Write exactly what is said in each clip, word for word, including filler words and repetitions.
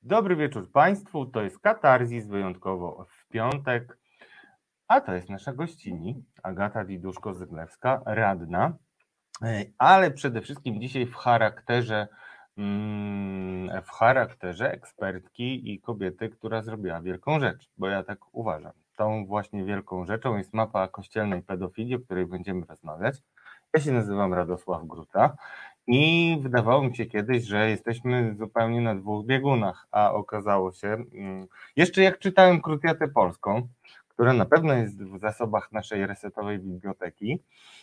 Dobry wieczór Państwu, to jest Katarzis, wyjątkowo w piątek, a to jest nasza gościni, Agata Diduszko-Zyglewska, radna, ale przede wszystkim dzisiaj w charakterze, w charakterze ekspertki i kobiety, która zrobiła wielką rzecz, bo ja tak uważam. Tą właśnie wielką rzeczą jest mapa kościelnej pedofilii, o której będziemy rozmawiać. Ja się nazywam Radosław Gruta. I wydawało mi się kiedyś, że jesteśmy zupełnie na dwóch biegunach, a okazało się, jeszcze jak czytałem Krucjatę Polską, która na pewno jest w zasobach naszej resetowej biblioteki,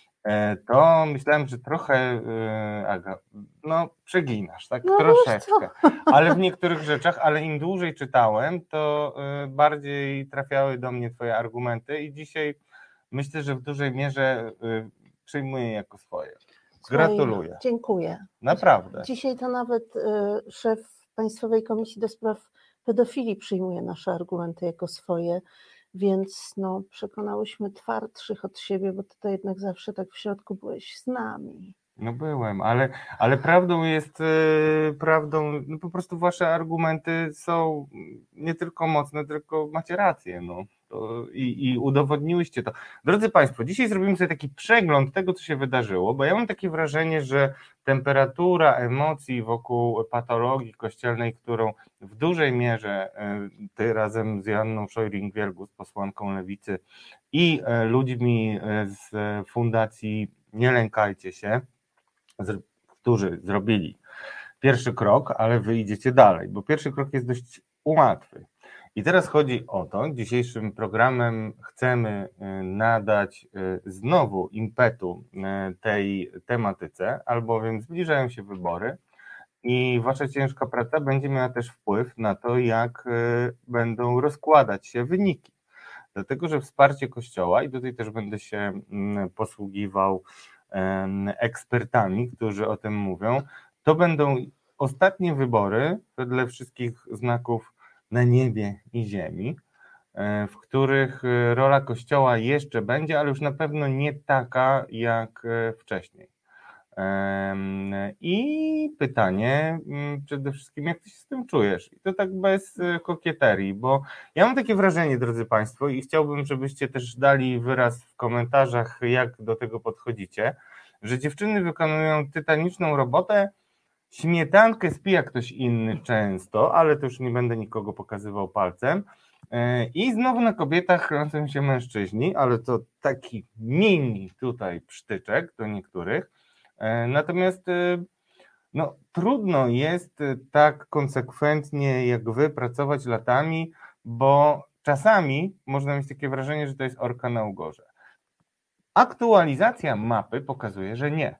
to myślałem, że trochę Aga, no przeginasz, tak no troszeczkę, ale w niektórych rzeczach, ale im dłużej czytałem, to bardziej trafiały do mnie twoje argumenty i dzisiaj myślę, że w dużej mierze przyjmuję je jako swoje. Gratuluję. Słuchaj, dziękuję. Naprawdę. Dzisiaj to nawet y, szef Państwowej Komisji do Spraw Pedofilii przyjmuje nasze argumenty jako swoje, więc no, przekonałyśmy twardszych od siebie, bo ty jednak zawsze tak w środku byłeś z nami. No byłem, ale, ale prawdą jest, yy, prawdą, no po prostu wasze argumenty są nie tylko mocne, tylko macie rację, no. To, i, i udowodniłyście to. Drodzy Państwo, dzisiaj zrobimy sobie taki przegląd tego, co się wydarzyło, bo ja mam takie wrażenie, że temperatura emocji wokół patologii kościelnej, którą w dużej mierze yy, ty razem z Joanną Szojring-Wielgus, posłanką Lewicy i yy, ludźmi z Fundacji Nie Lękajcie się, którzy zrobili pierwszy krok, ale wy idziecie dalej, bo pierwszy krok jest dość łatwy. I teraz chodzi o to, dzisiejszym programem chcemy nadać znowu impetu tej tematyce, albowiem zbliżają się wybory i wasza ciężka praca będzie miała też wpływ na to, jak będą rozkładać się wyniki. Dlatego, że wsparcie Kościoła, i tutaj też będę się posługiwał ekspertami, którzy o tym mówią, to będą ostatnie wybory wedle wszystkich znaków na niebie i ziemi, w których rola Kościoła jeszcze będzie, ale już na pewno nie taka jak wcześniej. I pytanie przede wszystkim, jak ty się z tym czujesz? I to tak bez kokieterii, bo ja mam takie wrażenie, drodzy Państwo, i chciałbym, żebyście też dali wyraz w komentarzach, jak do tego podchodzicie, że dziewczyny wykonują tytaniczną robotę, śmietankę spija ktoś inny często, ale to już nie będę nikogo pokazywał palcem, i znowu na kobietach kręcą się mężczyźni, ale to taki mini tutaj psztyczek do niektórych. Natomiast no, trudno jest tak konsekwentnie jak wy pracować latami, bo czasami można mieć takie wrażenie, że to jest orka na ugorze. Aktualizacja mapy pokazuje, że nie.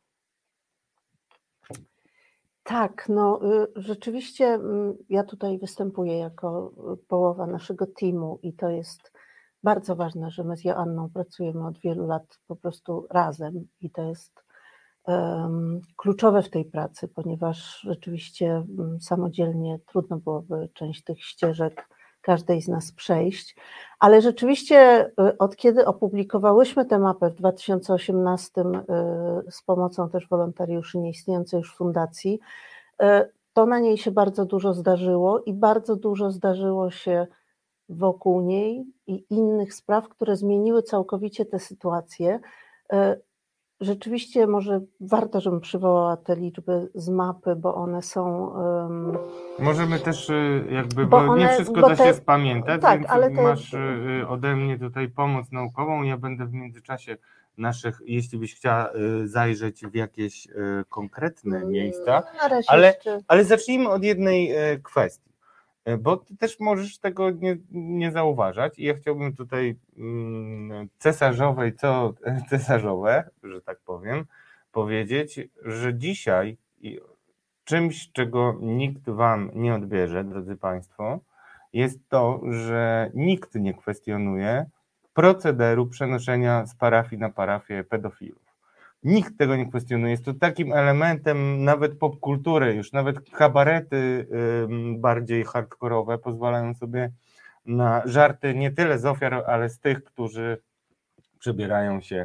Tak, no rzeczywiście ja tutaj występuję jako połowa naszego teamu i to jest bardzo ważne, że my z Joanną pracujemy od wielu lat po prostu razem i to jest um, kluczowe w tej pracy, ponieważ rzeczywiście samodzielnie trudno byłoby część tych ścieżek każdej z nas przejść, ale rzeczywiście od kiedy opublikowałyśmy tę mapę w dwa tysiące osiemnastym z pomocą też wolontariuszy nieistniejącej już fundacji, to na niej się bardzo dużo zdarzyło i bardzo dużo zdarzyło się wokół niej i innych spraw, które zmieniły całkowicie tę sytuację. Rzeczywiście może warto, żebym przywołała te liczby z mapy, bo one są... Um, Możemy też jakby, bo, bo one, nie wszystko da się spamiętać, tak, więc ale te... masz ode mnie tutaj pomoc naukową, ja będę w międzyczasie naszych, jeśli byś chciała zajrzeć w jakieś konkretne miejsca, ale, ale zacznijmy od jednej kwestii, bo ty też możesz tego nie, nie zauważać i ja chciałbym tutaj cesarzowej, co cesarzowe, że tak powiem, powiedzieć, że dzisiaj czymś, czego nikt wam nie odbierze, drodzy Państwo, jest to, że nikt nie kwestionuje procederu przenoszenia z parafii na parafię pedofilów. Nikt tego nie kwestionuje. Jest to takim elementem nawet popkultury, już nawet kabarety yy, bardziej hardkorowe pozwalają sobie na żarty nie tyle z ofiar, ale z tych, którzy przebierają się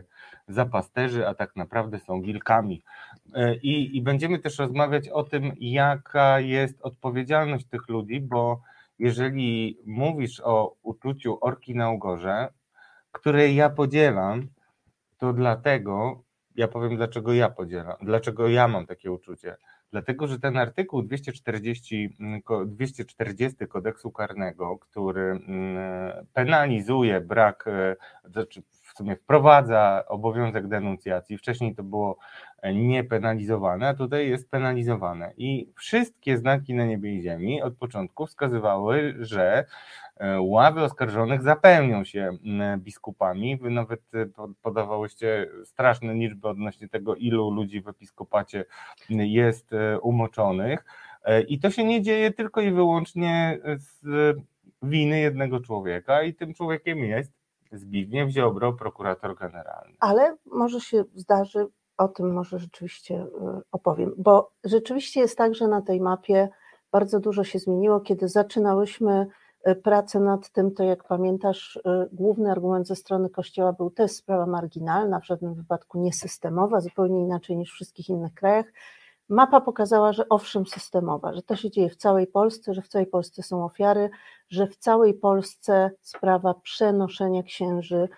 za pasterzy, a tak naprawdę są wilkami. I, i będziemy też rozmawiać o tym, jaka jest odpowiedzialność tych ludzi, bo jeżeli mówisz o uczuciu orki na ugorze, które ja podzielam, to dlatego, ja powiem dlaczego ja podzielam, dlaczego ja mam takie uczucie. Dlatego, że ten artykuł dwieście czterdzieści, dwieście czterdzieści kodeksu karnego, który penalizuje brak, znaczy w sumie wprowadza obowiązek denuncjacji, wcześniej to było niepenalizowane, a tutaj jest penalizowane. I wszystkie znaki na niebie i ziemi od początku wskazywały, że ławy oskarżonych zapełnią się biskupami. Wy nawet podawałyście straszne liczby odnośnie tego, ilu ludzi w episkopacie jest umoczonych. I to się nie dzieje tylko i wyłącznie z winy jednego człowieka i tym człowiekiem jest Zbigniew Ziobro, prokurator generalny. Ale może się zdarzy, o tym może rzeczywiście opowiem, bo rzeczywiście jest tak, że na tej mapie bardzo dużo się zmieniło. Kiedy zaczynałyśmy pracę nad tym, to jak pamiętasz, główny argument ze strony Kościoła był, to jest sprawa marginalna, w żadnym wypadku niesystemowa, zupełnie inaczej niż w wszystkich innych krajach. Mapa pokazała, że owszem systemowa, że to się dzieje w całej Polsce, że w całej Polsce są ofiary, że w całej Polsce sprawa przenoszenia księży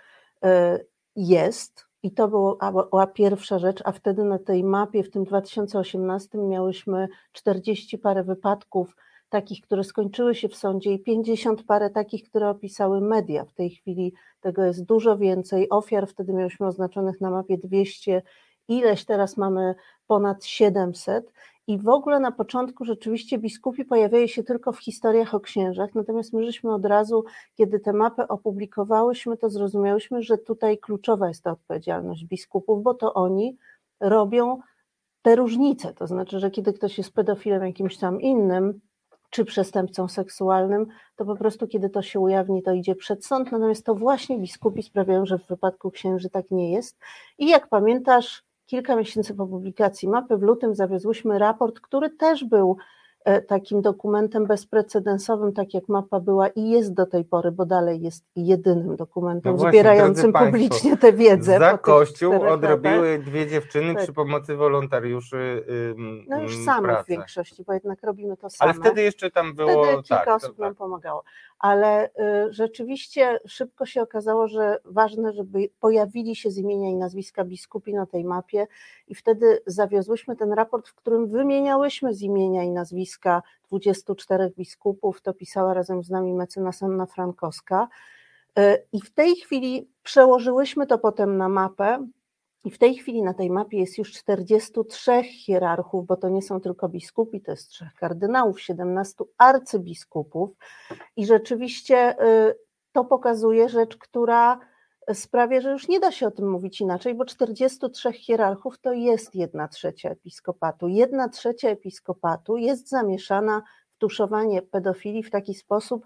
jest i to była pierwsza rzecz, a wtedy na tej mapie w tym dwa tysiące osiemnastym miałyśmy czterdzieści parę wypadków takich, które skończyły się w sądzie i pięćdziesiąt parę takich, które opisały media. W tej chwili tego jest dużo więcej. Ofiar wtedy miałyśmy oznaczonych na mapie dwieście, ileś teraz mamy ponad siedemset i w ogóle na początku rzeczywiście biskupi pojawiają się tylko w historiach o księżach, natomiast my żeśmy od razu, kiedy tę mapę opublikowałyśmy, to zrozumiałyśmy, że tutaj kluczowa jest ta odpowiedzialność biskupów, bo to oni robią te różnice, to znaczy, że kiedy ktoś jest pedofilem jakimś tam innym, czy przestępcą seksualnym, to po prostu kiedy to się ujawni, to idzie przed sąd, natomiast to właśnie biskupi sprawiają, że w wypadku księży tak nie jest. I jak pamiętasz, kilka miesięcy po publikacji mapy w lutym zawiozłyśmy raport, który też był takim dokumentem bezprecedensowym, tak jak mapa była i jest do tej pory, bo dalej jest jedynym dokumentem no właśnie, zbierającym publicznie tę wiedzę. Za Kościół odrobiły latach. Dwie dziewczyny tak. Przy pomocy wolontariuszy ym, No już same pracę. w większości, bo jednak robimy to same. Ale wtedy jeszcze tam było... Wtedy kilka tak, osób to, nam tak. pomagało. Ale y, rzeczywiście szybko się okazało, że ważne, żeby pojawili się z imienia i nazwiska biskupi na tej mapie i wtedy zawiozłyśmy ten raport, w którym wymieniałyśmy z imienia i nazwiska dwudziestu czterech biskupów, to pisała razem z nami mecenas Anna Frankowska y, i w tej chwili przełożyłyśmy to potem na mapę. I w tej chwili na tej mapie jest już czterdziestu trzech hierarchów, bo to nie są tylko biskupi, to jest trzech kardynałów, siedemnastu arcybiskupów i rzeczywiście to pokazuje rzecz, która sprawia, że już nie da się o tym mówić inaczej, bo czterdziestu trzech hierarchów to jest jedna trzecia episkopatu. Jedna trzecia episkopatu jest zamieszana w tuszowanie pedofilii w taki sposób,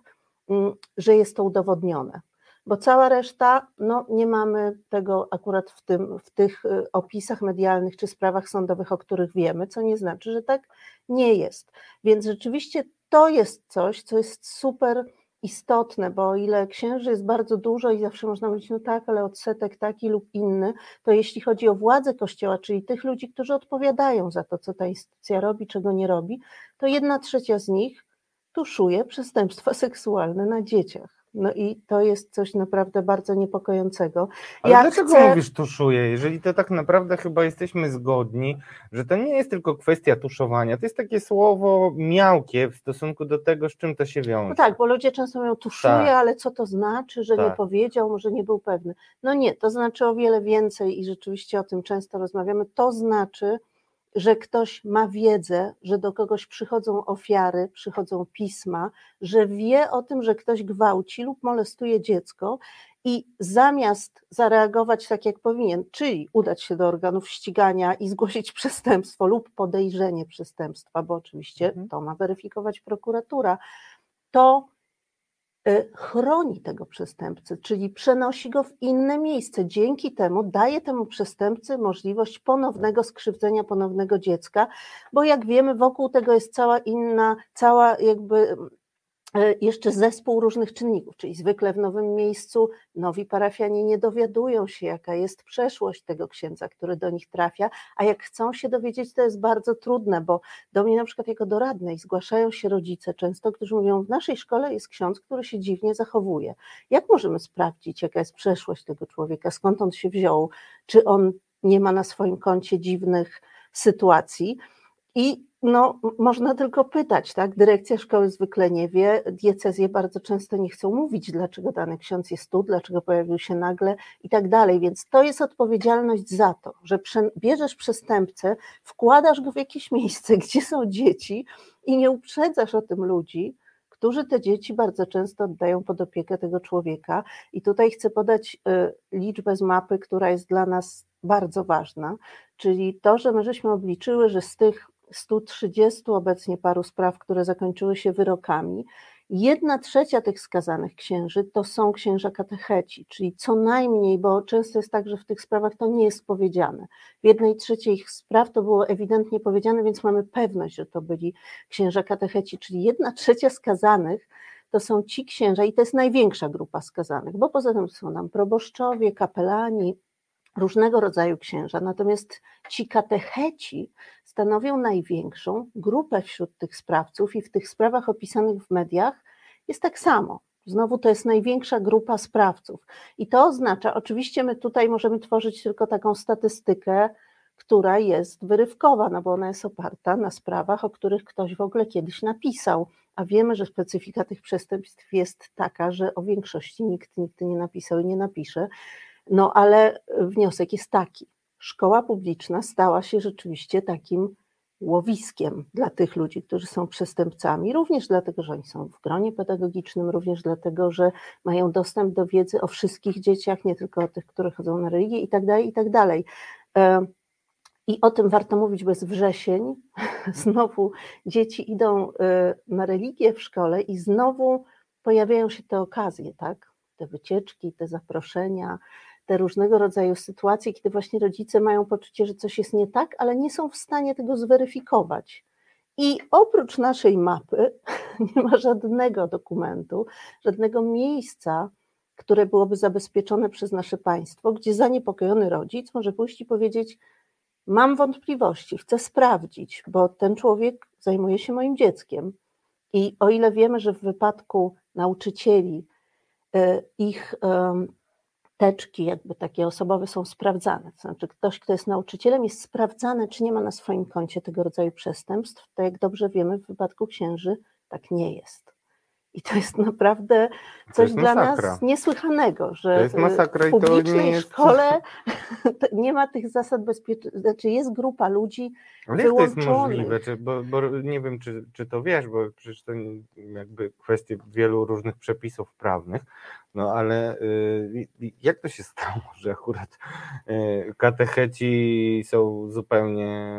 że jest to udowodnione. Bo cała reszta, no nie mamy tego akurat w, tym, w tych opisach medialnych czy sprawach sądowych, o których wiemy, co nie znaczy, że tak nie jest. Więc rzeczywiście to jest coś, co jest super istotne, bo o ile księży jest bardzo dużo i zawsze można mówić, no tak, ale odsetek taki lub inny, to jeśli chodzi o władzę Kościoła, czyli tych ludzi, którzy odpowiadają za to, co ta instytucja robi, czego nie robi, to jedna trzecia z nich tuszuje przestępstwa seksualne na dzieciach. No i to jest coś naprawdę bardzo niepokojącego. Ale ja dlaczego chcę... mówisz tuszuje, jeżeli to tak naprawdę chyba jesteśmy zgodni, że to nie jest tylko kwestia tuszowania, to jest takie słowo miałkie w stosunku do tego, z czym to się wiąże. No tak, bo ludzie często mówią tuszuje, tak. Ale co to znaczy, że tak. nie powiedział, może nie był pewny. No nie, to znaczy o wiele więcej i rzeczywiście o tym często rozmawiamy. To znaczy, że ktoś ma wiedzę, że do kogoś przychodzą ofiary, przychodzą pisma, że wie o tym, że ktoś gwałci lub molestuje dziecko i zamiast zareagować tak, jak powinien, czyli udać się do organów ścigania i zgłosić przestępstwo lub podejrzenie przestępstwa, bo oczywiście mhm. to ma weryfikować prokuratura, to chroni tego przestępcę, czyli przenosi go w inne miejsce. Dzięki temu daje temu przestępcy możliwość ponownego skrzywdzenia, ponownego dziecka, bo jak wiemy, wokół tego jest cała inna, cała jakby jeszcze zespół różnych czynników, czyli zwykle w nowym miejscu nowi parafianie nie dowiadują się, jaka jest przeszłość tego księdza, który do nich trafia, a jak chcą się dowiedzieć, to jest bardzo trudne, bo do mnie na przykład jako doradnej zgłaszają się rodzice często, którzy mówią, w naszej szkole jest ksiądz, który się dziwnie zachowuje. Jak możemy sprawdzić, jaka jest przeszłość tego człowieka, skąd on się wziął, czy on nie ma na swoim koncie dziwnych sytuacji? I no, można tylko pytać, tak? Dyrekcja szkoły zwykle nie wie, diecezje bardzo często nie chcą mówić, dlaczego dany ksiądz jest tu, dlaczego pojawił się nagle i tak dalej, więc to jest odpowiedzialność za to, że bierzesz przestępcę, wkładasz go w jakieś miejsce, gdzie są dzieci i nie uprzedzasz o tym ludzi, którzy te dzieci bardzo często oddają pod opiekę tego człowieka. I tutaj chcę podać liczbę z mapy, która jest dla nas bardzo ważna, czyli to, że my żeśmy obliczyły, że z tych stu trzydziestu obecnie paru spraw, które zakończyły się wyrokami, jedna trzecia tych skazanych księży to są księża katecheci, czyli co najmniej, bo często jest tak, że w tych sprawach to nie jest powiedziane. W jednej trzeciej ich spraw to było ewidentnie powiedziane, więc mamy pewność, że to byli księża katecheci, czyli jedna trzecia skazanych to są ci księża i to jest największa grupa skazanych, bo poza tym są nam proboszczowie, kapelani, różnego rodzaju księża, natomiast ci katecheci stanowią największą grupę wśród tych sprawców i w tych sprawach opisanych w mediach jest tak samo. Znowu to jest największa grupa sprawców i to oznacza, oczywiście my tutaj możemy tworzyć tylko taką statystykę, która jest wyrywkowa, no bo ona jest oparta na sprawach, o których ktoś w ogóle kiedyś napisał, a wiemy, że specyfika tych przestępstw jest taka, że o większości nikt nigdy nie napisał i nie napisze. No ale wniosek jest taki, szkoła publiczna stała się rzeczywiście takim łowiskiem dla tych ludzi, którzy są przestępcami, również dlatego, że oni są w gronie pedagogicznym, również dlatego, że mają dostęp do wiedzy o wszystkich dzieciach, nie tylko o tych, które chodzą na religię i tak dalej, i tak dalej. I o tym warto mówić, bo jest wrzesień, znowu dzieci idą na religię w szkole i znowu pojawiają się te okazje, tak? Te wycieczki, te zaproszenia, te różnego rodzaju sytuacje, kiedy właśnie rodzice mają poczucie, że coś jest nie tak, ale nie są w stanie tego zweryfikować. I oprócz naszej mapy nie ma żadnego dokumentu, żadnego miejsca, które byłoby zabezpieczone przez nasze państwo, gdzie zaniepokojony rodzic może pójść i powiedzieć, mam wątpliwości, chcę sprawdzić, bo ten człowiek zajmuje się moim dzieckiem. I o ile wiemy, że w wypadku nauczycieli ich teczki jakby takie osobowe są sprawdzane, to znaczy ktoś, kto jest nauczycielem, jest sprawdzany, czy nie ma na swoim koncie tego rodzaju przestępstw, to jak dobrze wiemy, w wypadku księży tak nie jest. I to jest naprawdę coś jest dla masakra. nas niesłychanego, że to jest masakra w i to publicznej nie jest... szkole nie ma tych zasad bezpieczeństwa, znaczy jest grupa ludzi Ale jak to jest wyłączonych. możliwe? Czy, bo, bo nie wiem, czy, czy to wiesz, bo przecież to jakby kwestie wielu różnych przepisów prawnych, no ale y, jak to się stało, że akurat y, katecheci są zupełnie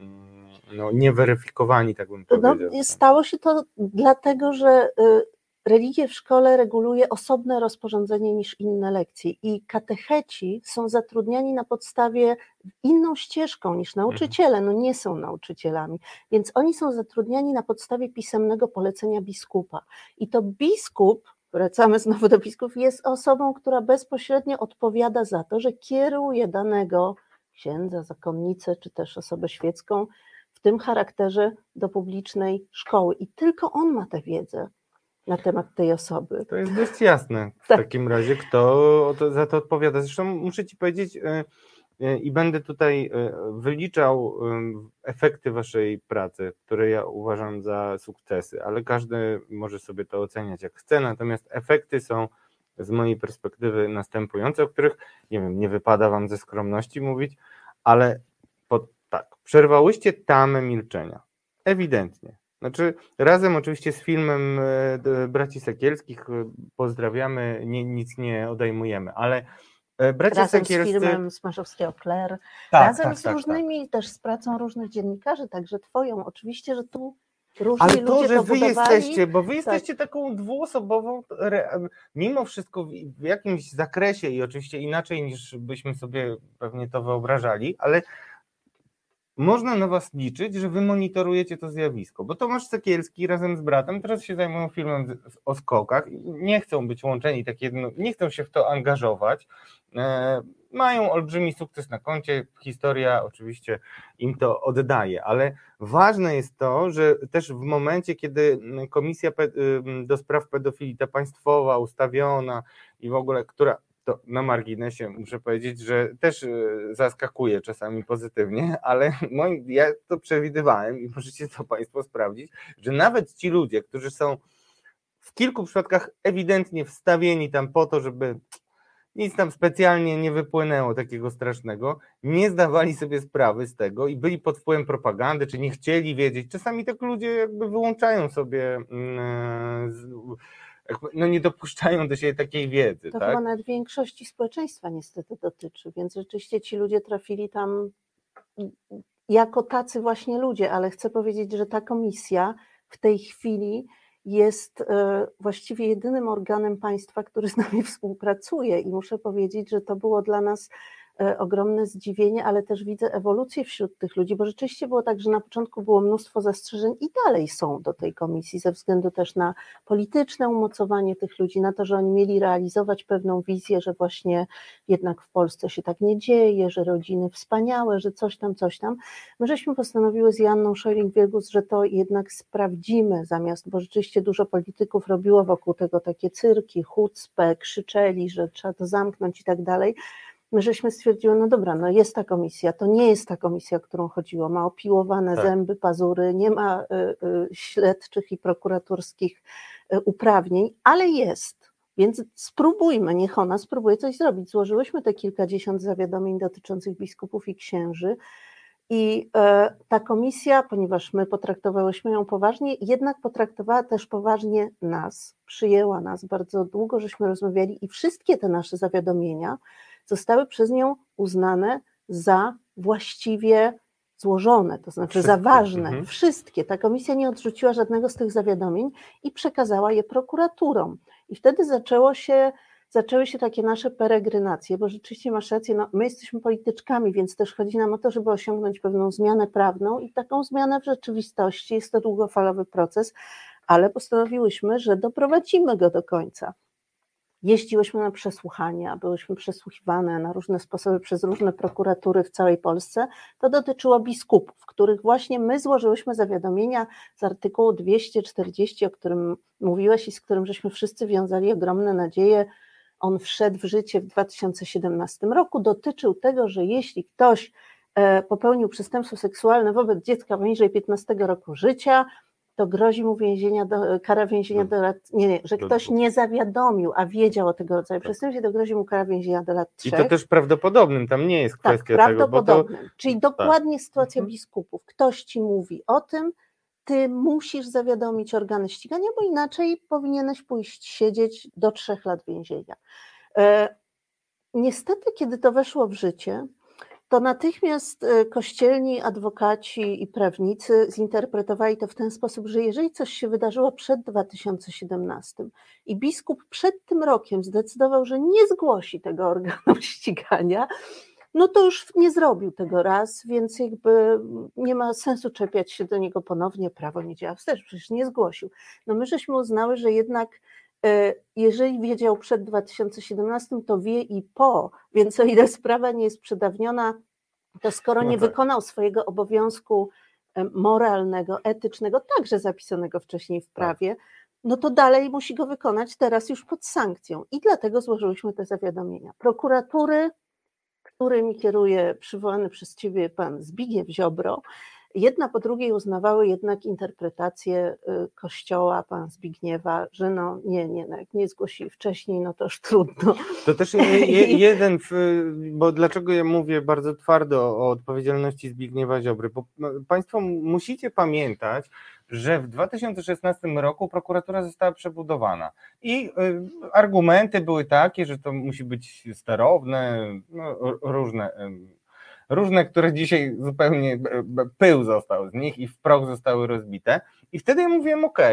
y, no, nieweryfikowani, tak bym powiedział. No, stało się to dlatego, że y, religię w szkole reguluje osobne rozporządzenie niż inne lekcje i katecheci są zatrudniani na podstawie inną ścieżką niż nauczyciele, no nie są nauczycielami, więc oni są zatrudniani na podstawie pisemnego polecenia biskupa i to biskup, wracamy znowu do biskupów, jest osobą, która bezpośrednio odpowiada za to, że kieruje danego księdza, zakonnicę czy też osobę świecką w tym charakterze do publicznej szkoły i tylko on ma tę wiedzę na temat tej osoby. To jest dość jasne w tak. takim razie, kto za to odpowiada. Zresztą muszę Ci powiedzieć i będę tutaj wyliczał efekty Waszej pracy, które ja uważam za sukcesy, ale każdy może sobie to oceniać jak chce, natomiast efekty są z mojej perspektywy następujące, o których, nie wiem, nie wypada Wam ze skromności mówić, ale pod, tak, przerwałyście tamę milczenia. Ewidentnie. Znaczy, razem oczywiście z filmem Braci Sekielskich, pozdrawiamy, nie, nic nie odejmujemy, ale Bracia razem Sekielscy... z filmem Smarzowskiego Claire, tak, razem tak, z tak, różnymi tak. też z pracą różnych dziennikarzy, także twoją, oczywiście, że tu różni ale ludzie to, że to wy budowali, jesteście, bo wy tak. jesteście taką dwuosobową, mimo wszystko w jakimś zakresie i oczywiście inaczej niż byśmy sobie pewnie to wyobrażali, ale można na was liczyć, że wy monitorujecie to zjawisko, bo Tomasz Sekielski razem z bratem teraz się zajmują filmem o skokach, nie chcą być łączeni, tak jedno, nie chcą się w to angażować, e, mają olbrzymi sukces na koncie, historia oczywiście im to oddaje, ale ważne jest to, że też w momencie, kiedy Komisja do Spraw Pedofilii, ta państwowa, ustawiona i w ogóle, która to na marginesie muszę powiedzieć, że też zaskakuje czasami pozytywnie, ale moim, ja to przewidywałem i możecie to Państwo sprawdzić, że nawet ci ludzie, którzy są w kilku przypadkach ewidentnie wstawieni tam po to, żeby nic tam specjalnie nie wypłynęło takiego strasznego, nie zdawali sobie sprawy z tego i byli pod wpływem propagandy, czy nie chcieli wiedzieć. Czasami tak ludzie jakby wyłączają sobie yy, no nie dopuszczają do siebie takiej wiedzy. To tak? chyba nawet większości społeczeństwa niestety dotyczy, więc rzeczywiście ci ludzie trafili tam jako tacy właśnie ludzie, ale chcę powiedzieć, że ta komisja w tej chwili jest właściwie jedynym organem państwa, który z nami współpracuje i muszę powiedzieć, że to było dla nas ogromne zdziwienie, ale też widzę ewolucję wśród tych ludzi, bo rzeczywiście było tak, że na początku było mnóstwo zastrzeżeń i dalej są do tej komisji ze względu też na polityczne umocowanie tych ludzi, na to, że oni mieli realizować pewną wizję, że właśnie jednak w Polsce się tak nie dzieje, że rodziny wspaniałe, że coś tam, coś tam. My żeśmy postanowiły z Joanną Scheuring-Wielgus, że to jednak sprawdzimy zamiast, bo rzeczywiście dużo polityków robiło wokół tego takie cyrki, chucpę, krzyczeli, że trzeba to zamknąć i tak dalej. My żeśmy stwierdziły, no dobra, no jest ta komisja, to nie jest ta komisja, o którą chodziło, ma opiłowane tak. zęby, pazury, nie ma y, y, śledczych i prokuratorskich y, uprawnień, ale jest, więc spróbujmy, niech ona spróbuje coś zrobić. Złożyłyśmy te kilkadziesiąt zawiadomień dotyczących biskupów i księży i y, ta komisja, ponieważ my potraktowałyśmy ją poważnie, jednak potraktowała też poważnie nas, przyjęła nas, bardzo długo żeśmy rozmawiali i wszystkie te nasze zawiadomienia zostały przez nią uznane za właściwie złożone, to znaczy wszystkie. za ważne, mhm. wszystkie. Ta komisja nie odrzuciła żadnego z tych zawiadomień i przekazała je prokuraturom. I wtedy zaczęło się, zaczęły się takie nasze peregrinacje, bo rzeczywiście masz rację, no, my jesteśmy polityczkami, więc też chodzi nam o to, żeby osiągnąć pewną zmianę prawną i taką zmianę w rzeczywistości. Jest to długofalowy proces, ale postanowiłyśmy, że doprowadzimy go do końca. Jeździłyśmy na przesłuchania, byłyśmy przesłuchiwane na różne sposoby przez różne prokuratury w całej Polsce. To dotyczyło biskupów, których właśnie my złożyłyśmy zawiadomienia z artykułu dwieście czterdzieści, o którym mówiłeś i z którym żeśmy wszyscy wiązali ogromne nadzieje. On wszedł w życie w dwa tysiące siedemnastym roku. Dotyczył tego, że jeśli ktoś popełnił przestępstwo seksualne wobec dziecka poniżej piętnastego roku życia, to grozi mu więzienia do, kara więzienia do lat, nie, nie, że ktoś nie zawiadomił, a wiedział o tego rodzaju przestępstwie, to grozi mu kara więzienia do lat trzech. I to też prawdopodobnym, tam nie jest kwestia tak, tego. prawdopodobnym. Bo to... Czyli dokładnie tak. sytuacja mhm. biskupów. Ktoś ci mówi o tym, ty musisz zawiadomić organy ścigania, bo inaczej powinieneś pójść siedzieć do trzech lat więzienia. E, niestety, kiedy to weszło w życie, to natychmiast kościelni adwokaci i prawnicy zinterpretowali to w ten sposób, że jeżeli coś się wydarzyło przed dwa tysiące siedemnastym i biskup przed tym rokiem zdecydował, że nie zgłosi tego organu ścigania, no to już nie zrobił tego raz, więc jakby nie ma sensu czepiać się do niego ponownie, prawo nie działa wstecz, przecież nie zgłosił. No my żeśmy uznały, że jednak jeżeli wiedział przed dwa tysiące siedemnastym, to wie i po, więc o ile sprawa nie jest przedawniona, to skoro nie wykonał swojego obowiązku moralnego, etycznego, także zapisanego wcześniej w prawie, no to dalej musi go wykonać teraz już pod sankcją i dlatego złożyłyśmy te zawiadomienia. Prokuratury, którymi kieruje przywołany przez ciebie pan Zbigniew Ziobro, jedna po drugiej uznawały jednak interpretację Kościoła, pana Zbigniewa, że no nie, nie, no jak nie zgłosili wcześniej, no to już trudno. To też je, jeden, bo dlaczego ja mówię bardzo twardo o odpowiedzialności Zbigniewa Ziobry, bo Państwo musicie pamiętać, że w dwa tysiące szesnastym roku prokuratura została przebudowana i argumenty były takie, że to musi być sterowne, no, różne... Różne, które dzisiaj zupełnie pył został z nich i w proch zostały rozbite. I wtedy ja mówiłem, okej, okay,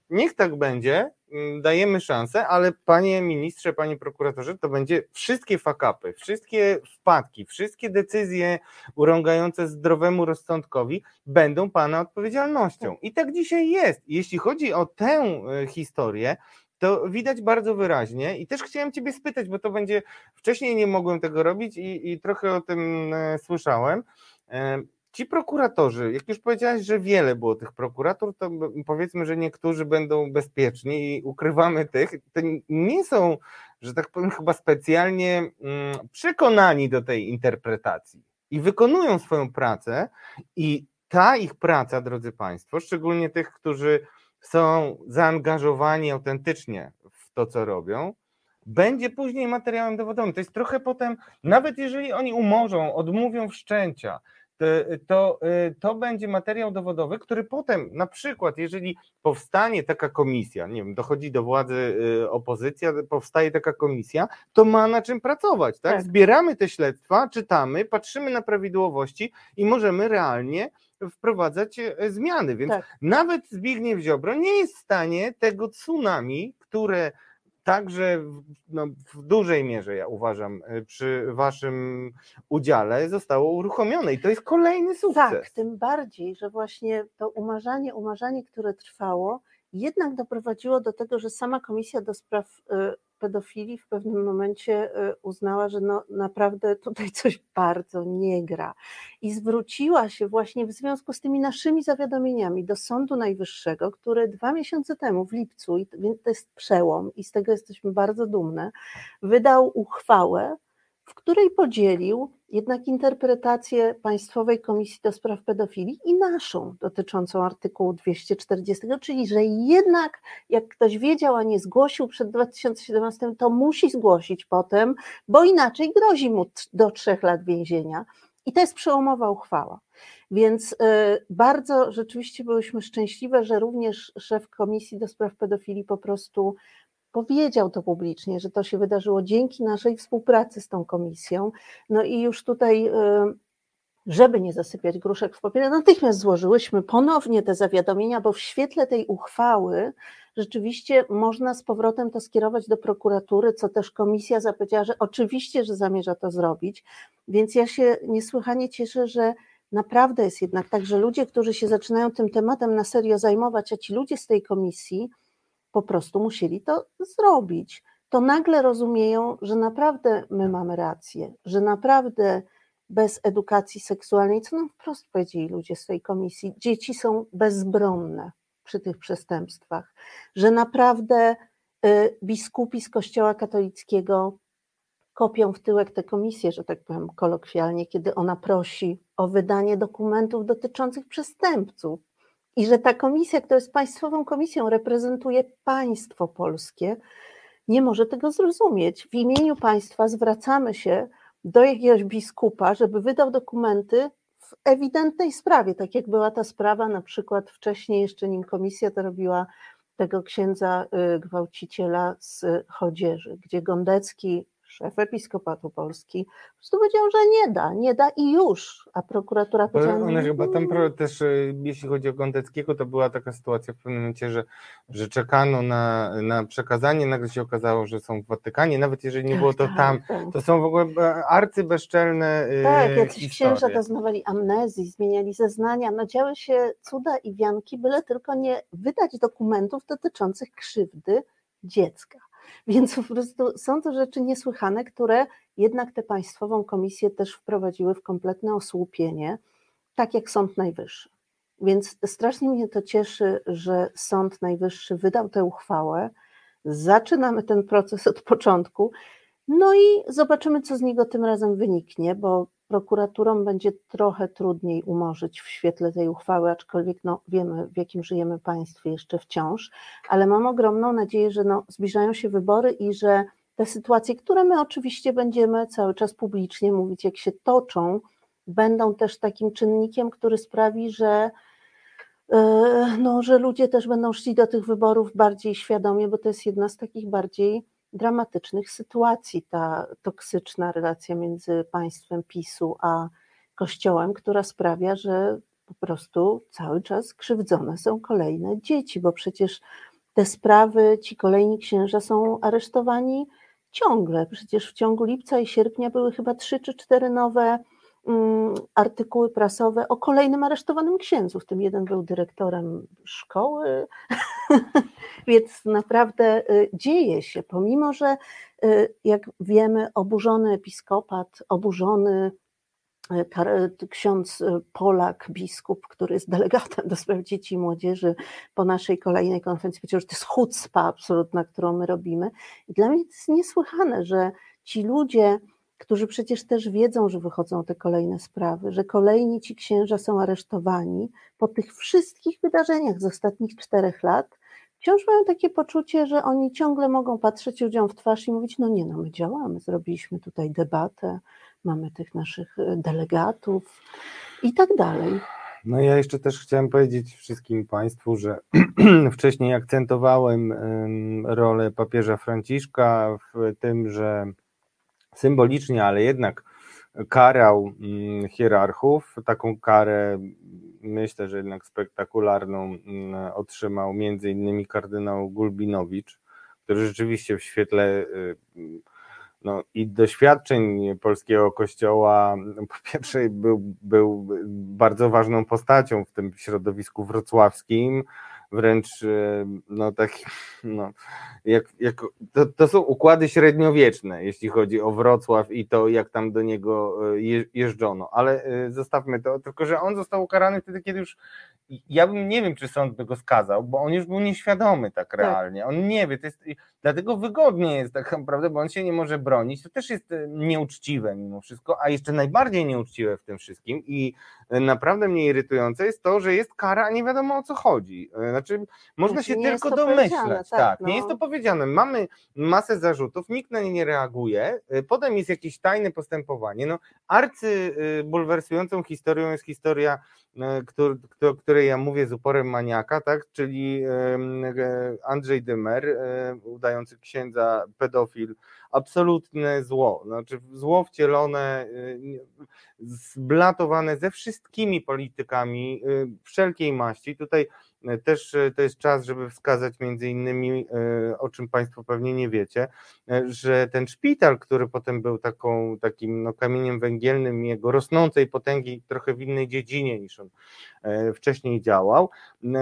niech tak będzie, dajemy szansę, ale panie ministrze, panie prokuratorze, to będzie wszystkie fuck-upy, wszystkie wpadki, wszystkie decyzje urągające zdrowemu rozsądkowi będą pana odpowiedzialnością. I tak dzisiaj jest. Jeśli chodzi o tę historię, to widać bardzo wyraźnie i też chciałem ciebie spytać, bo to będzie, wcześniej nie mogłem tego robić i, i trochę o tym e, słyszałem. E, Ci prokuratorzy, jak już powiedziałeś, że wiele było tych prokuratur, to powiedzmy, że niektórzy będą bezpieczni i ukrywamy tych, to nie są, że tak powiem, chyba specjalnie mm, przekonani do tej interpretacji i wykonują swoją pracę i ta ich praca, drodzy Państwo, szczególnie tych, którzy są zaangażowani autentycznie w to, co robią, będzie później materiałem dowodowym. To jest trochę potem, nawet jeżeli oni umorzą, odmówią wszczęcia, to, to, to będzie materiał dowodowy, który potem, na przykład, jeżeli powstanie taka komisja, nie wiem, dochodzi do władzy opozycja, powstaje taka komisja, to ma na czym pracować, tak? Tak. Zbieramy te śledztwa, czytamy, patrzymy na prawidłowości i możemy realnie wprowadzać zmiany, więc Tak. nawet Zbigniew Ziobro nie jest w stanie tego tsunami, które także w, no, w dużej mierze, ja uważam, przy waszym udziale zostało uruchomione i to jest kolejny sukces. Tak, tym bardziej, że właśnie to umarzanie, umarzanie, które trwało, jednak doprowadziło do tego, że sama Komisja do Spraw Pedofilii w pewnym momencie uznała, że no naprawdę tutaj coś bardzo nie gra i zwróciła się właśnie w związku z tymi naszymi zawiadomieniami do Sądu Najwyższego, który dwa miesiące temu w lipcu, i to jest przełom i z tego jesteśmy bardzo dumne, wydał uchwałę, w której podzielił jednak interpretację Państwowej Komisji do Spraw Pedofilii i naszą dotyczącą artykułu dwieście czterdziestego, czyli że jednak jak ktoś wiedział, a nie zgłosił przed dwa tysiące siedemnastym, to musi zgłosić potem, bo inaczej grozi mu do trzech lat więzienia. I to jest przełomowa uchwała. Więc bardzo rzeczywiście byłyśmy szczęśliwe, że również szef Komisji do Spraw Pedofilii po prostu powiedział to publicznie, że to się wydarzyło dzięki naszej współpracy z tą komisją. No i już tutaj, żeby nie zasypiać gruszek w papierze, natychmiast złożyłyśmy ponownie te zawiadomienia, bo w świetle tej uchwały rzeczywiście można z powrotem to skierować do prokuratury, co też komisja zapowiedziała, że oczywiście, że zamierza to zrobić. Więc ja się niesłychanie cieszę, że naprawdę jest jednak tak, że ludzie, którzy się zaczynają tym tematem na serio zajmować, a ci ludzie z tej komisji po prostu musieli to zrobić, to nagle rozumieją, że naprawdę my mamy rację, że naprawdę bez edukacji seksualnej, co nam wprost powiedzieli ludzie z tej komisji, dzieci są bezbronne przy tych przestępstwach, że naprawdę biskupi z Kościoła katolickiego kopią w tyłek tę komisję, że tak powiem kolokwialnie, kiedy ona prosi o wydanie dokumentów dotyczących przestępców. I że ta komisja, która jest państwową komisją, reprezentuje państwo polskie, nie może tego zrozumieć. W imieniu państwa zwracamy się do jakiegoś biskupa, żeby wydał dokumenty w ewidentnej sprawie, tak jak była ta sprawa na przykład wcześniej, jeszcze nim komisja to robiła, tego księdza gwałciciela z Chodzieży, gdzie Gondecki, szef Episkopatu Polski, po prostu powiedział, że nie da, nie da i już, a prokuratura powiedziała... One chyba tam też, jeśli chodzi o Gondeckiego, to była taka sytuacja w pewnym momencie, że, że czekano na, na przekazanie, nagle się okazało, że są w Watykanie, nawet jeżeli nie było to tak, tam, tak. to są w ogóle arcybezczelne Tak, jacyś historie. księża doznawali amnezji, zmieniali zeznania, no działy się cuda i wianki, byle tylko nie wydać dokumentów dotyczących krzywdy dziecka. Więc po prostu są to rzeczy niesłychane, które jednak tę państwową komisję też wprowadziły w kompletne osłupienie, tak jak Sąd Najwyższy. Więc strasznie mnie to cieszy, że Sąd Najwyższy wydał tę uchwałę, zaczynamy ten proces od początku, no i zobaczymy, co z niego tym razem wyniknie, bo prokuraturom będzie trochę trudniej umorzyć w świetle tej uchwały, aczkolwiek no, wiemy, w jakim żyjemy państwie jeszcze wciąż, ale mam ogromną nadzieję, że no, zbliżają się wybory i że te sytuacje, które my oczywiście będziemy cały czas publicznie mówić, jak się toczą, będą też takim czynnikiem, który sprawi, że, yy, no, że ludzie też będą szli do tych wyborów bardziej świadomie, bo to jest jedna z takich bardziej dramatycznych sytuacji, ta toksyczna relacja między państwem PiSu a Kościołem, która sprawia, że po prostu cały czas krzywdzone są kolejne dzieci, bo przecież te sprawy, ci kolejni księża są aresztowani ciągle. Przecież w ciągu lipca i sierpnia były chyba trzy czy cztery nowe um, artykuły prasowe o kolejnym aresztowanym księdzu, w tym jeden był dyrektorem szkoły, więc naprawdę dzieje się, pomimo że jak wiemy oburzony episkopat, oburzony ksiądz Polak, biskup, który jest delegatem do spraw dzieci i młodzieży po naszej kolejnej konferencji, powiedział, że to jest chucpa absolutna, którą my robimy. I dla mnie to jest niesłychane, że ci ludzie, którzy przecież też wiedzą, że wychodzą te kolejne sprawy, że kolejni ci księża są aresztowani po tych wszystkich wydarzeniach z ostatnich czterech lat, wciąż mają takie poczucie, że oni ciągle mogą patrzeć ludziom w twarz i mówić, no nie, no my działamy, zrobiliśmy tutaj debatę, mamy tych naszych delegatów i tak dalej. No ja jeszcze też chciałem powiedzieć wszystkim Państwu, że wcześniej akcentowałem rolę papieża Franciszka w tym, że symbolicznie, ale jednak karał hierarchów. Taką karę, myślę, że jednak spektakularną otrzymał między innymi kardynał Gulbinowicz, który rzeczywiście w świetle no, i doświadczeń polskiego kościoła po pierwsze był, był bardzo ważną postacią w tym środowisku wrocławskim, wręcz no taki, no, jak, jak, to, to są układy średniowieczne, jeśli chodzi o Wrocław i to, jak tam do niego jeżdżono, ale zostawmy to, tylko że on został ukarany wtedy, kiedy już, ja bym nie wiem, czy sąd by go skazał, bo on już był nieświadomy tak realnie, on nie wie, to jest, dlatego wygodnie jest tak naprawdę, bo on się nie może bronić, to też jest nieuczciwe mimo wszystko, a jeszcze najbardziej nieuczciwe w tym wszystkim i naprawdę mnie irytujące jest to, że jest kara, a nie wiadomo o co chodzi. Znaczy, można się nie tylko domyślać. Tak, tak, no. Nie jest no. to powiedziane. Mamy masę zarzutów, nikt na nie nie reaguje, potem jest jakieś tajne postępowanie. No, arcybulwersującą historią jest historia, o której ja mówię z uporem maniaka, tak? Czyli Andrzej Dymer, udający księdza pedofil, absolutne zło, znaczy zło wcielone, zblatowane ze wszystkimi politykami wszelkiej maści. Tutaj też to jest czas, żeby wskazać między innymi, o czym Państwo pewnie nie wiecie, że ten szpital, który potem był taką, takim no, kamieniem węgielnym jego rosnącej potęgi trochę w innej dziedzinie niż on wcześniej działał,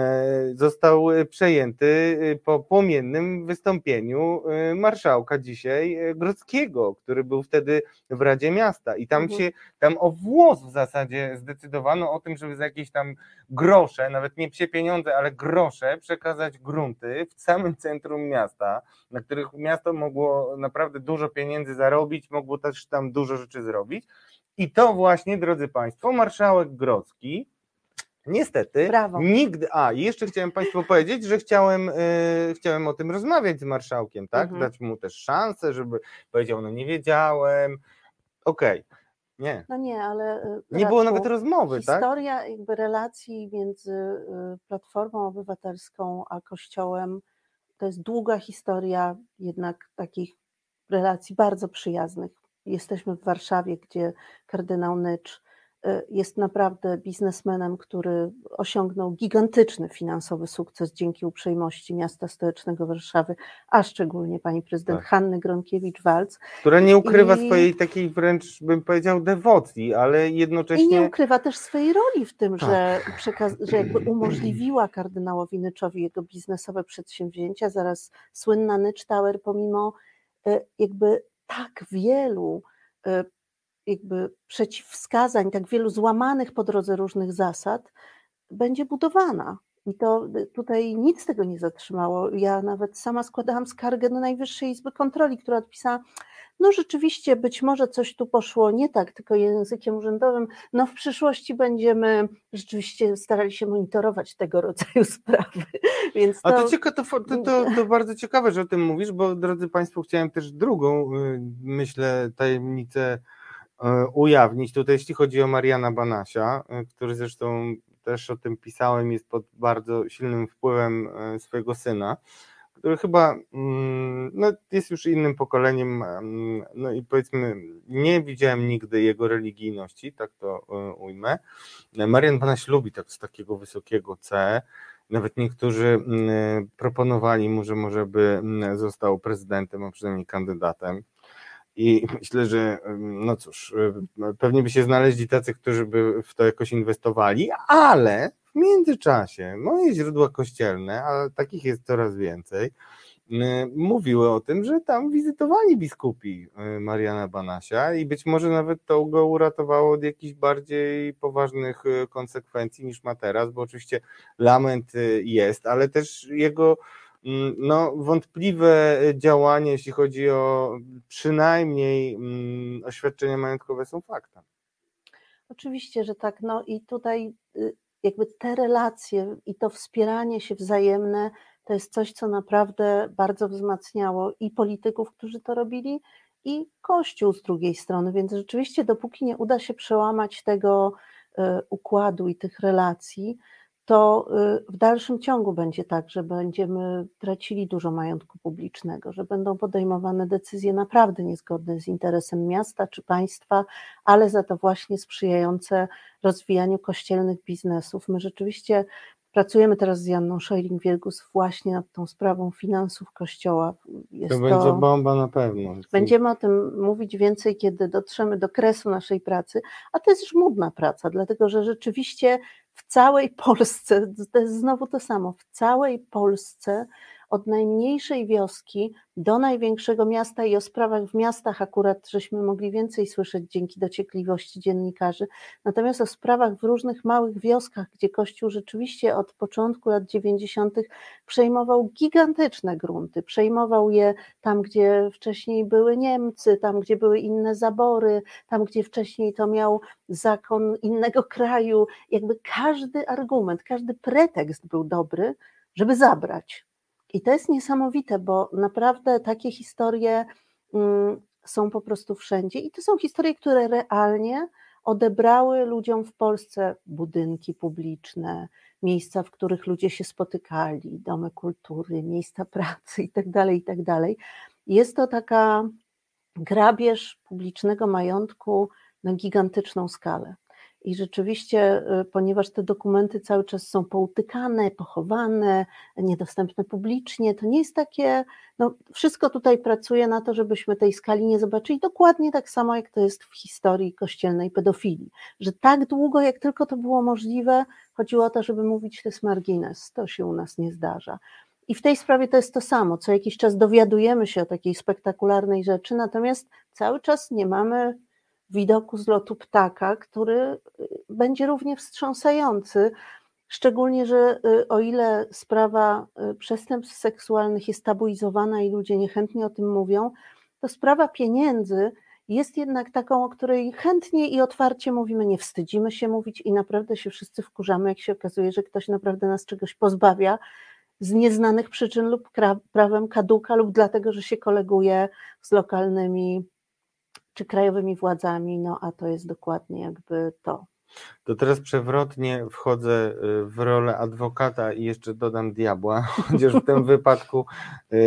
został przejęty po płomiennym wystąpieniu marszałka dzisiaj Grodzkiego, który był wtedy w Radzie Miasta i tam Mhm. się, tam o włos w zasadzie zdecydowano o tym, żeby za jakieś tam grosze, nawet nie psie pieniądze, ale grosze przekazać grunty w samym centrum miasta, na których miasto mogło naprawdę dużo pieniędzy zarobić, mogło też tam dużo rzeczy zrobić i to właśnie, drodzy Państwo, marszałek Grodzki niestety Brawo. nigdy, a jeszcze chciałem Państwu powiedzieć, że chciałem, yy, chciałem o tym rozmawiać z marszałkiem, tak, Mhm. dać mu też szansę, żeby powiedział, no nie wiedziałem, okej, okay. Nie. No nie, ale nie było nawet rozmowy, tak? Historia jakby relacji między Platformą Obywatelską a Kościołem to jest długa historia jednak takich relacji bardzo przyjaznych. Jesteśmy w Warszawie, gdzie kardynał Nycz jest naprawdę biznesmenem, który osiągnął gigantyczny finansowy sukces dzięki uprzejmości miasta stołecznego Warszawy, a szczególnie pani prezydent tak. Hanny Gronkiewicz-Waltz. Która nie ukrywa I... swojej takiej wręcz, bym powiedział, dewocji, ale jednocześnie... I nie ukrywa też swojej roli w tym, tak. że, przekaz- że jakby umożliwiła kardynałowi Nyczowi jego biznesowe przedsięwzięcia. Zaraz słynna Nycz Tower, pomimo jakby tak wielu jakby przeciwwskazań, tak wielu złamanych po drodze różnych zasad, będzie budowana. I to tutaj nic tego nie zatrzymało. Ja nawet sama składałam skargę do Najwyższej Izby Kontroli, która odpisała, no rzeczywiście być może coś tu poszło nie tak, tylko językiem urzędowym, no w przyszłości będziemy rzeczywiście starali się monitorować tego rodzaju sprawy. Więc to... A to, cieka- to, to, to, to bardzo ciekawe, że o tym mówisz, bo drodzy Państwo, chciałem też drugą, myślę, tajemnicę ujawnić tutaj, jeśli chodzi o Mariana Banasia, który zresztą też o tym pisałem, jest pod bardzo silnym wpływem swojego syna, który chyba no, jest już innym pokoleniem, no i powiedzmy nie widziałem nigdy jego religijności, tak to ujmę. Marian Banaś lubi tak z takiego wysokiego C, Nawet niektórzy proponowali mu, że może by został prezydentem, a przynajmniej kandydatem. I myślę, że no cóż, pewnie by się znaleźli tacy, którzy by w to jakoś inwestowali, ale w międzyczasie moje źródła kościelne, a takich jest coraz więcej, mówiły o tym, że tam wizytowali biskupi Mariana Banasia i być może nawet to go uratowało od jakichś bardziej poważnych konsekwencji niż ma teraz, bo oczywiście lament jest, ale też jego no, wątpliwe działania, jeśli chodzi o przynajmniej oświadczenia majątkowe, są faktem. Oczywiście, że tak. No i tutaj jakby te relacje i to wspieranie się wzajemne to jest coś, co naprawdę bardzo wzmacniało i polityków, którzy to robili, i Kościół z drugiej strony. Więc rzeczywiście, dopóki nie uda się przełamać tego układu i tych relacji, to w dalszym ciągu będzie tak, że będziemy tracili dużo majątku publicznego, że będą podejmowane decyzje naprawdę niezgodne z interesem miasta czy państwa, ale za to właśnie sprzyjające rozwijaniu kościelnych biznesów. My rzeczywiście pracujemy teraz z Joanną Scheuring-Wielgus właśnie nad tą sprawą finansów Kościoła. Jest to będzie to... bomba na pewno. Będziemy o tym mówić więcej, kiedy dotrzemy do kresu naszej pracy, a to jest żmudna praca, dlatego że rzeczywiście w całej Polsce, to jest znowu to samo, w całej Polsce od najmniejszej wioski do największego miasta, i o sprawach w miastach akurat żeśmy mogli więcej słyszeć dzięki dociekliwości dziennikarzy, natomiast o sprawach w różnych małych wioskach, gdzie Kościół rzeczywiście od początku lat dziewięćdziesiątych przejmował gigantyczne grunty, przejmował je tam, gdzie wcześniej były Niemcy, tam, gdzie były inne zabory, tam, gdzie wcześniej to miał zakon innego kraju, jakby każdy argument, każdy pretekst był dobry, żeby zabrać. I to jest niesamowite, bo naprawdę takie historie są po prostu wszędzie i to są historie, które realnie odebrały ludziom w Polsce budynki publiczne, miejsca, w których ludzie się spotykali, domy kultury, miejsca pracy itd., itd. Jest to taka grabież publicznego majątku na gigantyczną skalę. I rzeczywiście, ponieważ te dokumenty cały czas są poutykane, pochowane, niedostępne publicznie, to nie jest takie, no wszystko tutaj pracuje na to, żebyśmy tej skali nie zobaczyli, dokładnie tak samo jak to jest w historii kościelnej pedofilii, że tak długo jak tylko to było możliwe, chodziło o to, żeby mówić, to jest margines, to się u nas nie zdarza. I w tej sprawie to jest to samo, co jakiś czas dowiadujemy się o takiej spektakularnej rzeczy, natomiast cały czas nie mamy widoku z lotu ptaka, który będzie równie wstrząsający, szczególnie, że o ile sprawa przestępstw seksualnych jest tabuizowana i ludzie niechętnie o tym mówią, to sprawa pieniędzy jest jednak taką, o której chętnie i otwarcie mówimy, nie wstydzimy się mówić i naprawdę się wszyscy wkurzamy, jak się okazuje, że ktoś naprawdę nas czegoś pozbawia z nieznanych przyczyn lub prawem kaduka lub dlatego, że się koleguje z lokalnymi czy krajowymi władzami, no a to jest dokładnie jakby to. To teraz przewrotnie wchodzę w rolę adwokata i jeszcze dodam diabła, chociaż w tym wypadku yy,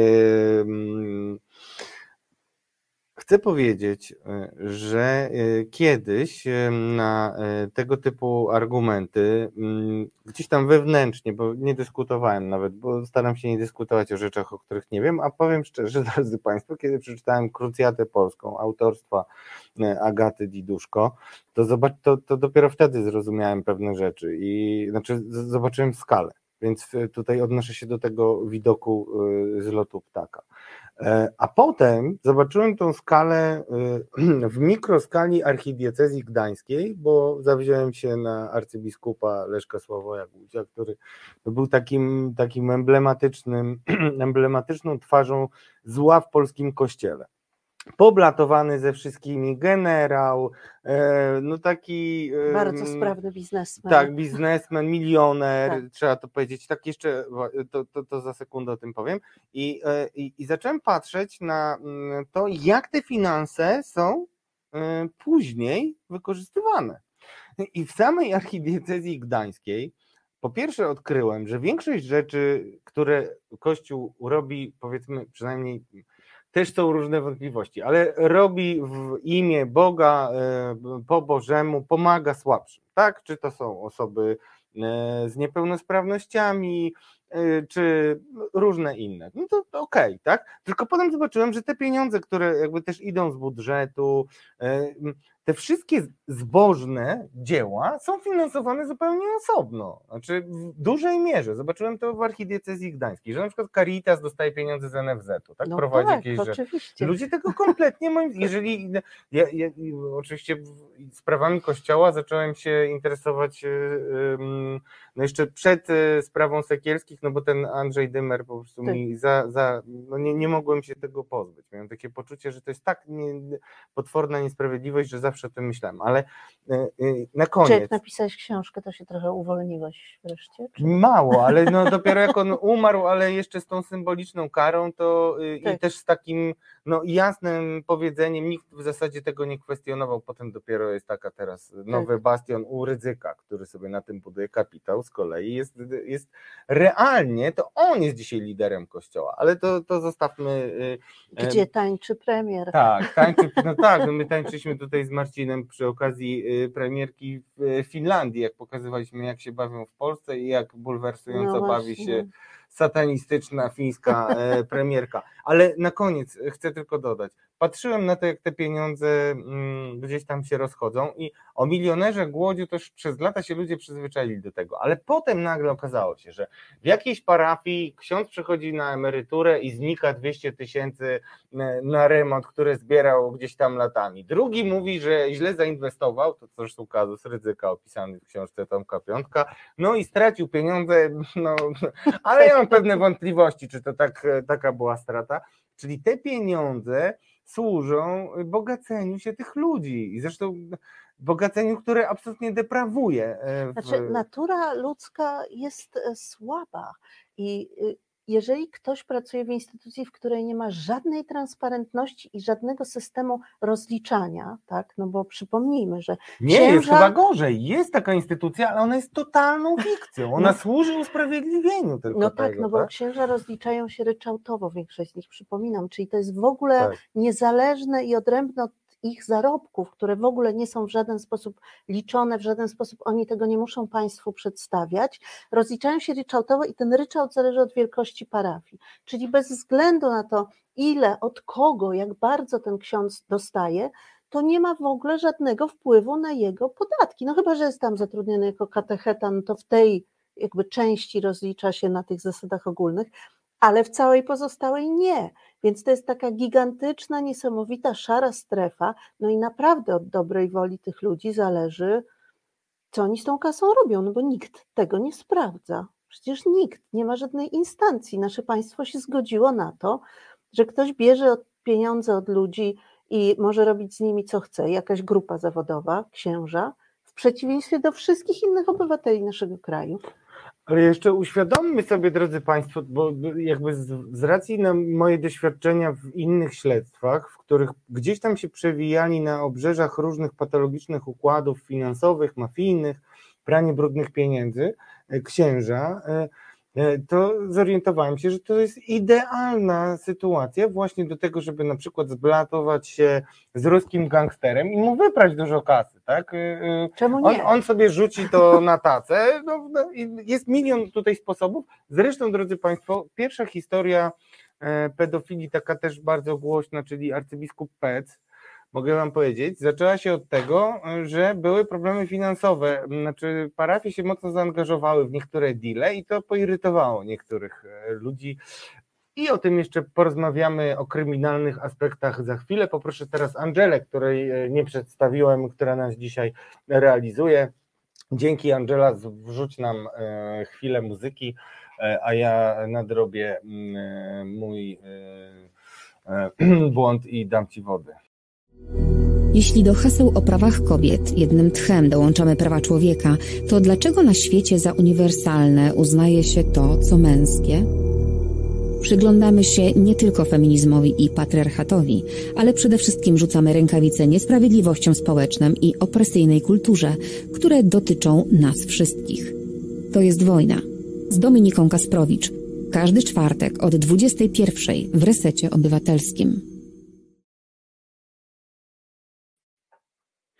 chcę powiedzieć, że kiedyś na tego typu argumenty, gdzieś tam wewnętrznie, bo nie dyskutowałem nawet, bo staram się nie dyskutować o rzeczach, o których nie wiem, a powiem szczerze, drodzy Państwo, kiedy przeczytałem Krucjatę Polską autorstwa Agaty Diduszko, to, zobacz, to, to dopiero wtedy zrozumiałem pewne rzeczy i znaczy zobaczyłem skalę, więc tutaj odnoszę się do tego widoku z lotu ptaka. A potem zobaczyłem tą skalę w mikroskali archidiecezji gdańskiej, bo zawziąłem się na arcybiskupa Leszka Sławoja-Gucia, który był takim, takim emblematycznym, emblematyczną twarzą zła w polskim kościele. Poblatowany ze wszystkimi, generał, no taki... Bardzo sprawny biznesmen. Tak, biznesmen, milioner, tak. Trzeba to powiedzieć, tak jeszcze, to, to, to za sekundę o tym powiem. I, i, I zacząłem patrzeć na to, jak te finanse są później wykorzystywane. I w samej archidiecezji gdańskiej po pierwsze odkryłem, że większość rzeczy, które Kościół robi, powiedzmy przynajmniej, też są różne wątpliwości, ale robi w imię Boga, po Bożemu, pomaga słabszym, tak? Czy to są osoby z niepełnosprawnościami, czy różne inne. No to, to okej, okay, tak? Tylko potem zobaczyłem, że te pieniądze, które jakby też idą z budżetu, te wszystkie zbożne dzieła są finansowane zupełnie osobno, znaczy w dużej mierze. Zobaczyłem to w archidiecezji gdańskiej, że na przykład Caritas dostaje pieniądze z N F Z-u, tak? No Prowadzi tak, jakieś oczywiście. rzeczy. Ludzie tego kompletnie, moim, jeżeli ja, ja, oczywiście sprawami Kościoła zacząłem się interesować no jeszcze przed sprawą Sekielskich, no bo ten Andrzej Dymer po prostu tak. mi za, za no nie, nie mogłem się tego pozbyć. Miałem takie poczucie, że to jest tak nie, potworna niesprawiedliwość, że zawsze o tym myślałem, ale na koniec... Czy jak napisałeś książkę, to się trochę uwolniłeś wreszcie? Czy... Mało, ale no dopiero jak on umarł, ale jeszcze z tą symboliczną karą, to tak. i też z takim no jasnym powiedzeniem, nikt w zasadzie tego nie kwestionował, potem dopiero jest taka teraz nowy tak. bastion u Rydzyka, który sobie na tym buduje kapitał, z kolei jest, jest realnie, to on jest dzisiaj liderem Kościoła, ale to, to zostawmy... Gdzie tańczy premier. Tak, tańczy, no tak, no my tańczyliśmy tutaj z Marcinem przy okazji premierki w Finlandii, jak pokazywaliśmy, jak się bawią w Polsce i jak bulwersująco no bawi się satanistyczna fińska premierka. Ale na koniec chcę tylko dodać, patrzyłem na to, jak te pieniądze gdzieś tam się rozchodzą i o milionerze głodziu też przez lata się ludzie przyzwyczaili do tego, ale potem nagle okazało się, że w jakiejś parafii ksiądz przechodzi na emeryturę i znika dwieście tysięcy na remont, które zbierał gdzieś tam latami. Drugi mówi, że źle zainwestował, to zresztą kazus Rydzyka opisany w książce Tomka Piątka, no i stracił pieniądze, no, ale ja mam pewne wątpliwości, czy to tak, taka była strata, czyli te pieniądze służą bogaceniu się tych ludzi i zresztą bogaceniu, które absolutnie deprawuje. W... Znaczy natura ludzka jest słaba i jeżeli ktoś pracuje w instytucji, w której nie ma żadnej transparentności i żadnego systemu rozliczania, tak, no bo przypomnijmy, że nie, księża... jest chyba gorzej, jest taka instytucja, ale ona jest totalną fikcją, ona no, służy usprawiedliwieniu tylko No tego, tak, no bo tak? księża rozliczają się ryczałtowo, większość z nich, przypominam, czyli to jest w ogóle tak. niezależne i odrębne od ich zarobków, które w ogóle nie są w żaden sposób liczone, w żaden sposób oni tego nie muszą państwu przedstawiać, rozliczają się ryczałtowo i ten ryczałt zależy od wielkości parafii, czyli bez względu na to, ile, od kogo, jak bardzo ten ksiądz dostaje, to nie ma w ogóle żadnego wpływu na jego podatki, no chyba, że jest tam zatrudniony jako katecheta, no to w tej jakby części rozlicza się na tych zasadach ogólnych, ale w całej pozostałej nie. Więc to jest taka gigantyczna, niesamowita szara strefa, no i naprawdę od dobrej woli tych ludzi zależy, co oni z tą kasą robią, no bo nikt tego nie sprawdza. Przecież nikt, nie ma żadnej instancji. Nasze państwo się zgodziło na to, że ktoś bierze pieniądze od ludzi i może robić z nimi co chce, jakaś grupa zawodowa, księża, w przeciwieństwie do wszystkich innych obywateli naszego kraju. Ale jeszcze uświadommy sobie, drodzy Państwo, bo jakby z, z racji na moje doświadczenia w innych śledztwach, w których gdzieś tam się przewijali na obrzeżach różnych patologicznych układów finansowych, mafijnych, pranie brudnych pieniędzy, księża, to zorientowałem się, że to jest idealna sytuacja właśnie do tego, żeby na przykład zblatować się z ruskim gangsterem i mu wyprać dużo kasy, tak? Czemu nie? On, on sobie rzuci to na tacę, no, no, jest milion tutaj sposobów. Zresztą, drodzy Państwo, pierwsza historia pedofilii, taka też bardzo głośna, czyli arcybiskup Pec, mogę Wam powiedzieć, zaczęła się od tego, że były problemy finansowe, znaczy parafie się mocno zaangażowały w niektóre deale i to poirytowało niektórych ludzi i o tym jeszcze porozmawiamy, o kryminalnych aspektach za chwilę. Poproszę teraz Angelę, której nie przedstawiłem, która nas dzisiaj realizuje. Dzięki, Angela, wrzuć nam chwilę muzyki, a ja nadrobię mój błąd i dam Ci wody. Jeśli do haseł o prawach kobiet jednym tchem dołączamy prawa człowieka, to dlaczego na świecie za uniwersalne uznaje się to, co męskie? Przyglądamy się nie tylko feminizmowi i patriarchatowi, ale przede wszystkim rzucamy rękawice niesprawiedliwościom społecznym i opresyjnej kulturze, które dotyczą nas wszystkich. To jest wojna. Z Dominiką Kasprowicz. Każdy czwartek od dwudziestej pierwszej w Resecie Obywatelskim.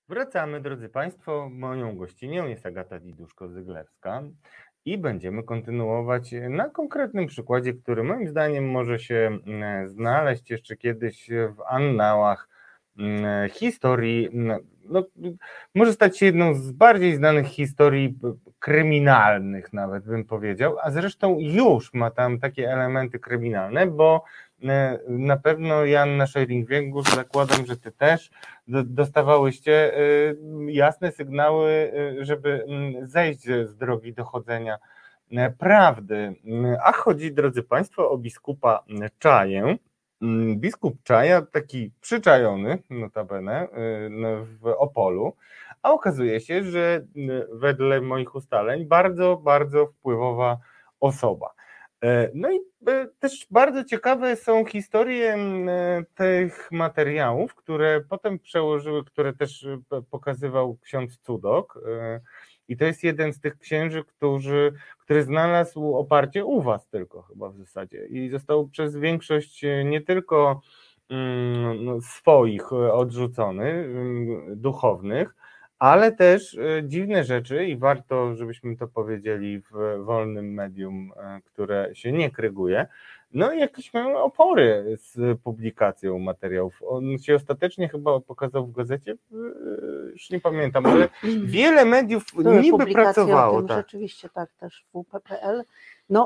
Wracamy, drodzy Państwo. Moją gościnią jest Agata Diduszko-Zyglewska i będziemy kontynuować na konkretnym przykładzie, który moim zdaniem może się mm, znaleźć jeszcze kiedyś w annałach mm, historii, no, no, może stać się jedną z bardziej znanych historii kryminalnych, nawet bym powiedział, a zresztą już ma tam takie elementy kryminalne, bo na pewno Joanna Scheuring-Wielgus, zakładam, że ty też dostawałyście jasne sygnały, żeby zejść z drogi dochodzenia prawdy. A chodzi, drodzy Państwo, o biskupa Czaję. Biskup Czaja, taki przyczajony, notabene, w Opolu, a okazuje się, że wedle moich ustaleń bardzo, bardzo wpływowa osoba. No i też bardzo ciekawe są historie tych materiałów, które potem przełożyły, które też pokazywał ksiądz Cudok. I to jest jeden z tych księży, którzy, który znalazł oparcie u was tylko chyba w zasadzie i został przez większość nie tylko no, swoich odrzucony, duchownych, ale też dziwne rzeczy i warto, żebyśmy to powiedzieli w wolnym medium, które się nie kryguje, no i jakieś mają opory z publikacją materiałów. On się ostatecznie chyba pokazał w gazecie, już nie pamiętam, ale wiele mediów Były niby pracowało. O tym, tak. Rzeczywiście tak, też w W P P L. No,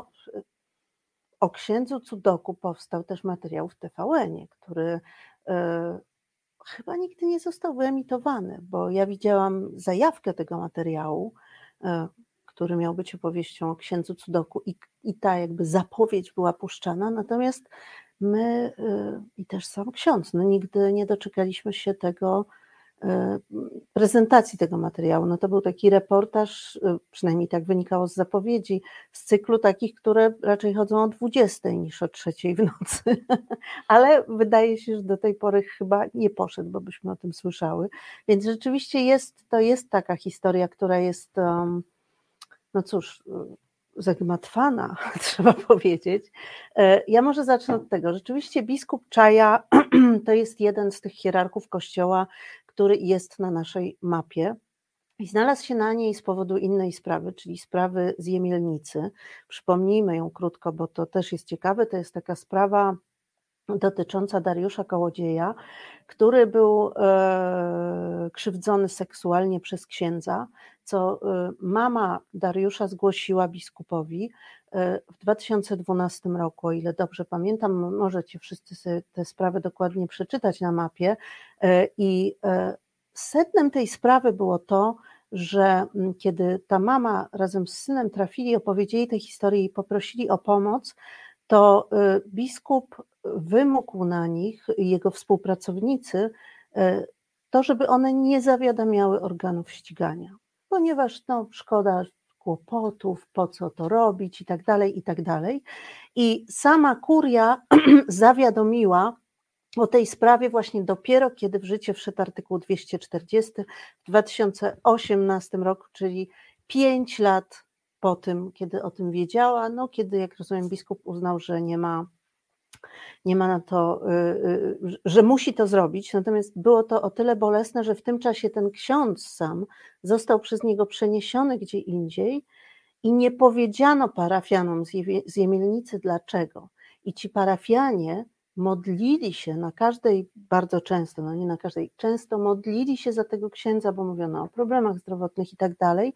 o księdzu Cudoku powstał też materiał w T V N-ie, który y, chyba nigdy nie został wyemitowany, bo ja widziałam zajawkę tego materiału, y, który miał być opowieścią o księdzu Cudoku i, i ta jakby zapowiedź była puszczana, natomiast my y, i też sam ksiądz, no nigdy nie doczekaliśmy się tego, prezentacji tego materiału. No to był taki reportaż, przynajmniej tak wynikało z zapowiedzi, z cyklu takich, które raczej chodzą o dwudziestej niż o trzeciej w nocy, ale wydaje się, że do tej pory chyba nie poszedł, bo byśmy o tym słyszały. Więc rzeczywiście jest, to jest taka historia, która jest, no cóż, zagmatwana, trzeba powiedzieć. Ja może zacznę od tego. Rzeczywiście biskup Czaja to jest jeden z tych hierarchów Kościoła, który jest na naszej mapie i znalazł się na niej z powodu innej sprawy, czyli sprawy z Jemielnicy. Przypomnijmy ją krótko, bo to też jest ciekawe. To jest taka sprawa dotycząca Dariusza Kołodzieja, który był e, krzywdzony seksualnie przez księdza, co e, mama Dariusza zgłosiła biskupowi e, w dwa tysiące dwunastym roku, o ile dobrze pamiętam, możecie wszyscy sobie te sprawy dokładnie przeczytać na mapie e, i e, sednem tej sprawy było to, że kiedy ta mama razem z synem trafili, opowiedzieli tę historię i poprosili o pomoc, to biskup wymógł na nich, jego współpracownicy, to, żeby one nie zawiadamiały organów ścigania, ponieważ no, szkoda kłopotów, po co to robić i tak dalej, i tak dalej. I sama kuria zawiadomiła o tej sprawie właśnie dopiero, kiedy w życie wszedł artykuł dwieście czterdziesty w dwa tysiące osiemnastym roku, czyli pięć lat po tym, kiedy o tym wiedziała, no kiedy, jak rozumiem, biskup uznał, że nie ma, nie ma na to, że musi to zrobić, natomiast było to o tyle bolesne, że w tym czasie ten ksiądz sam został przez niego przeniesiony gdzie indziej i nie powiedziano parafianom z Jemielnicy dlaczego. I ci parafianie modlili się na każdej, bardzo często, no nie na każdej, często modlili się za tego księdza, bo mówiono o problemach zdrowotnych i tak dalej.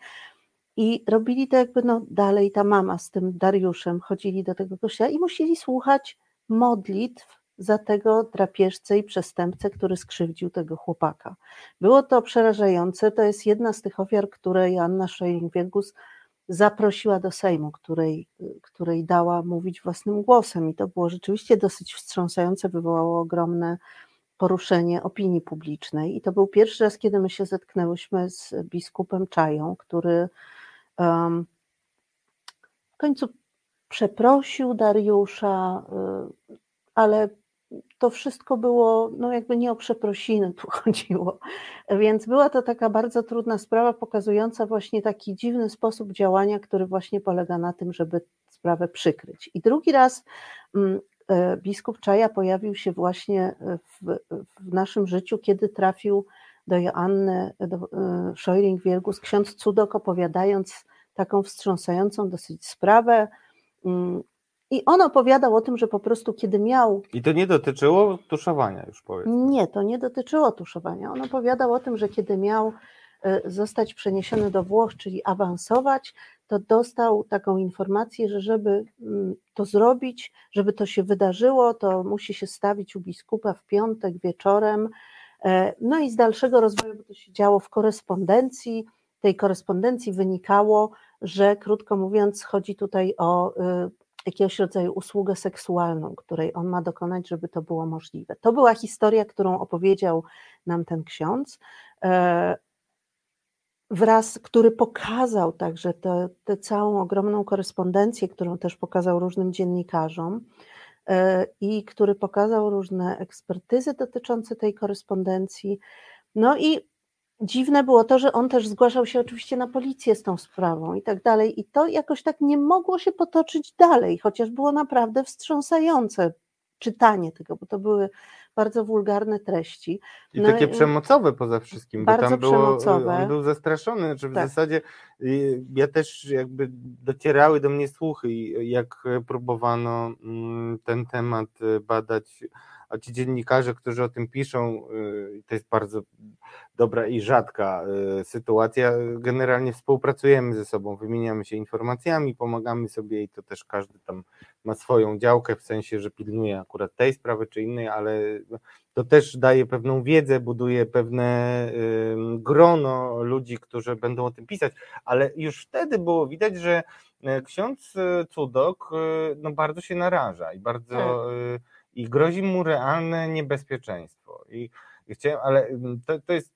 I robili to jakby no dalej, ta mama z tym Dariuszem chodzili do tego kościoła i musieli słuchać modlitw za tego drapieżcę i przestępcę, który skrzywdził tego chłopaka. Było to przerażające, to jest jedna z tych ofiar, które Joanna Scheuring-Wielgus zaprosiła do Sejmu, której, której dała mówić własnym głosem i to było rzeczywiście dosyć wstrząsające, wywołało ogromne poruszenie opinii publicznej i to był pierwszy raz, kiedy my się zetknęłyśmy z biskupem Czają, który um, w końcu przeprosił Dariusza, y, ale to wszystko było, no jakby nie o przeprosiny tu chodziło, więc była to taka bardzo trudna sprawa, pokazująca właśnie taki dziwny sposób działania, który właśnie polega na tym, żeby sprawę przykryć. I drugi raz biskup Czaja pojawił się właśnie w, w naszym życiu, kiedy trafił do Joanny do, y, Szojring-Wielgus, ksiądz Cudok, opowiadając taką wstrząsającą dosyć sprawę. Mm, I on opowiadał o tym, że po prostu kiedy miał... I to nie dotyczyło tuszowania już, powiedzmy. Nie, to nie dotyczyło tuszowania. On opowiadał o tym, że kiedy miał y, zostać przeniesiony do Włoch, czyli awansować, to dostał taką informację, że żeby mm, to zrobić, żeby to się wydarzyło, to musi się stawić u biskupa w piątek wieczorem. E, No i z dalszego rozwoju, bo to się działo w korespondencji, tej korespondencji wynikało, że krótko mówiąc chodzi tutaj o y, jakiegoś rodzaju usługę seksualną, której on ma dokonać, żeby to było możliwe. To była historia, którą opowiedział nam ten ksiądz, e, wraz, który pokazał także tę tę całą ogromną korespondencję, którą też pokazał różnym dziennikarzom e, i który pokazał różne ekspertyzy dotyczące tej korespondencji. No i dziwne było to, że on też zgłaszał się oczywiście na policję z tą sprawą i tak dalej, i to jakoś tak nie mogło się potoczyć dalej, chociaż było naprawdę wstrząsające czytanie tego, bo to były bardzo wulgarne treści. I No takie i- przemocowe poza wszystkim, bo Bardzo tam było, przemocowe. on był zastraszony, znaczy w Tak. zasadzie y, ja też jakby docierały do mnie słuchy, i jak próbowano mm, ten temat y, badać, a ci dziennikarze, którzy o tym piszą, y, to jest bardzo dobra i rzadka y, sytuacja, generalnie współpracujemy ze sobą, wymieniamy się informacjami, pomagamy sobie i to też każdy tam ma swoją działkę, w sensie, że pilnuje akurat tej sprawy czy innej, ale to też daje pewną wiedzę, buduje pewne y, grono ludzi, którzy będą o tym pisać, ale już wtedy było widać, że y, ksiądz y, Cudok y, no bardzo się naraża i bardzo y, i grozi mu realne niebezpieczeństwo. I, i chciałem, ale y, to, to jest.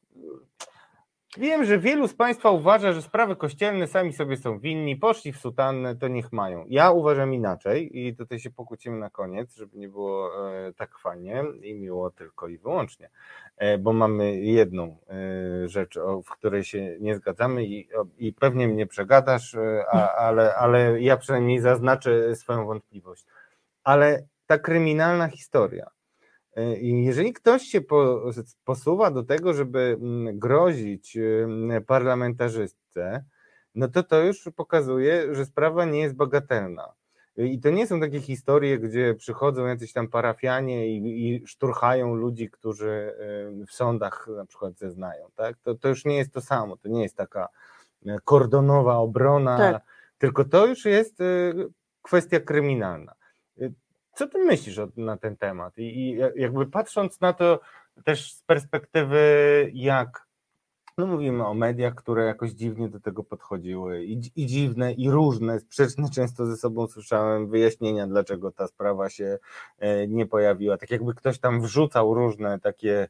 Wiem, że wielu z Państwa uważa, że sprawy kościelne sami sobie są winni, poszli w sutannę, to niech mają. Ja uważam inaczej i tutaj się pokłócimy na koniec, żeby nie było e, tak fajnie i miło tylko i wyłącznie, e, bo mamy jedną e, rzecz, o, w której się nie zgadzamy i, o, i pewnie mnie przegadasz, e, a, ale, ale ja przynajmniej zaznaczę swoją wątpliwość. Ale ta kryminalna historia, i jeżeli ktoś się posuwa do tego, żeby grozić parlamentarzystce, no to to już pokazuje, że sprawa nie jest bagatelna. I to nie są takie historie, gdzie przychodzą jacyś tam parafianie i, i szturchają ludzi, którzy w sądach na przykład zeznają. Tak? To, to już nie jest to samo, to nie jest taka kordonowa obrona, Tak. tylko to już jest kwestia kryminalna. Co ty myślisz na ten temat? I, I jakby patrząc na to też z perspektywy, jak no mówimy o mediach, które jakoś dziwnie do tego podchodziły i, i dziwne i różne, sprzeczne często ze sobą słyszałem wyjaśnienia, dlaczego ta sprawa się nie pojawiła. Tak jakby ktoś tam wrzucał różne takie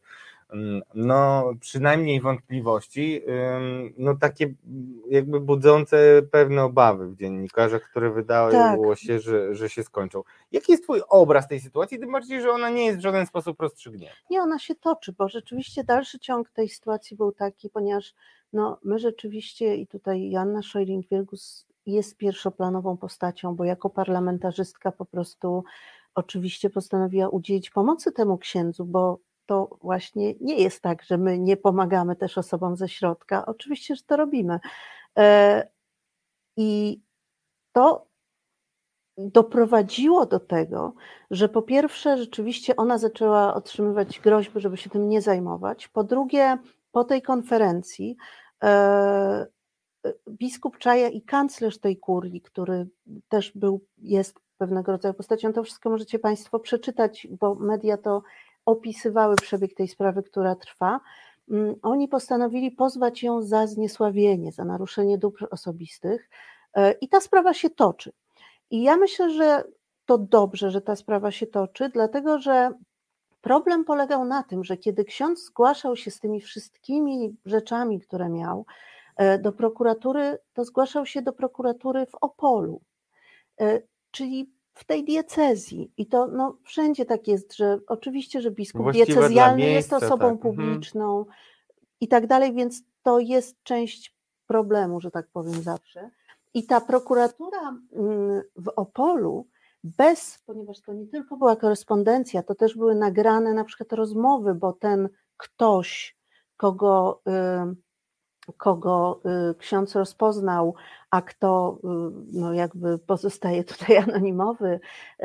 no przynajmniej wątpliwości, no takie jakby budzące pewne obawy w dziennikarzach, które wydało Tak. się, że, że się skończą. Jaki jest twój obraz tej sytuacji, tym bardziej, że ona nie jest w żaden sposób rozstrzygnięta? Nie, ona się toczy, bo rzeczywiście dalszy ciąg tej sytuacji był taki, ponieważ no, my rzeczywiście i tutaj Joanna Szojring-Wielgus jest pierwszoplanową postacią, bo jako parlamentarzystka po prostu oczywiście postanowiła udzielić pomocy temu księdzu, bo to właśnie nie jest tak, że my nie pomagamy też osobom ze środka. Oczywiście, że to robimy. I to doprowadziło do tego, że po pierwsze rzeczywiście ona zaczęła otrzymywać groźby, żeby się tym nie zajmować. Po drugie, po tej konferencji e, biskup Czaja i kanclerz tej kurii, który też był, jest pewnego rodzaju postacią, to wszystko możecie Państwo przeczytać, bo media to opisywały przebieg tej sprawy, która trwa. Oni postanowili pozwać ją za zniesławienie, za naruszenie dóbr osobistych i ta sprawa się toczy. I ja myślę, że to dobrze, że ta sprawa się toczy, dlatego że problem polegał na tym, że kiedy ksiądz zgłaszał się z tymi wszystkimi rzeczami, które miał do prokuratury, to zgłaszał się do prokuratury w Opolu, czyli w tej diecezji. I to no, wszędzie tak jest, że oczywiście, że biskup Właściwe dla diecezjalny miejsca, jest osobą tak. publiczną mhm. i tak dalej, więc to jest część problemu, że tak powiem zawsze. I ta prokuratura w Opolu bez, ponieważ to nie tylko była korespondencja, to też były nagrane na przykład rozmowy, bo ten ktoś, kogo, kogo ksiądz rozpoznał, a kto no jakby pozostaje tutaj anonimowy,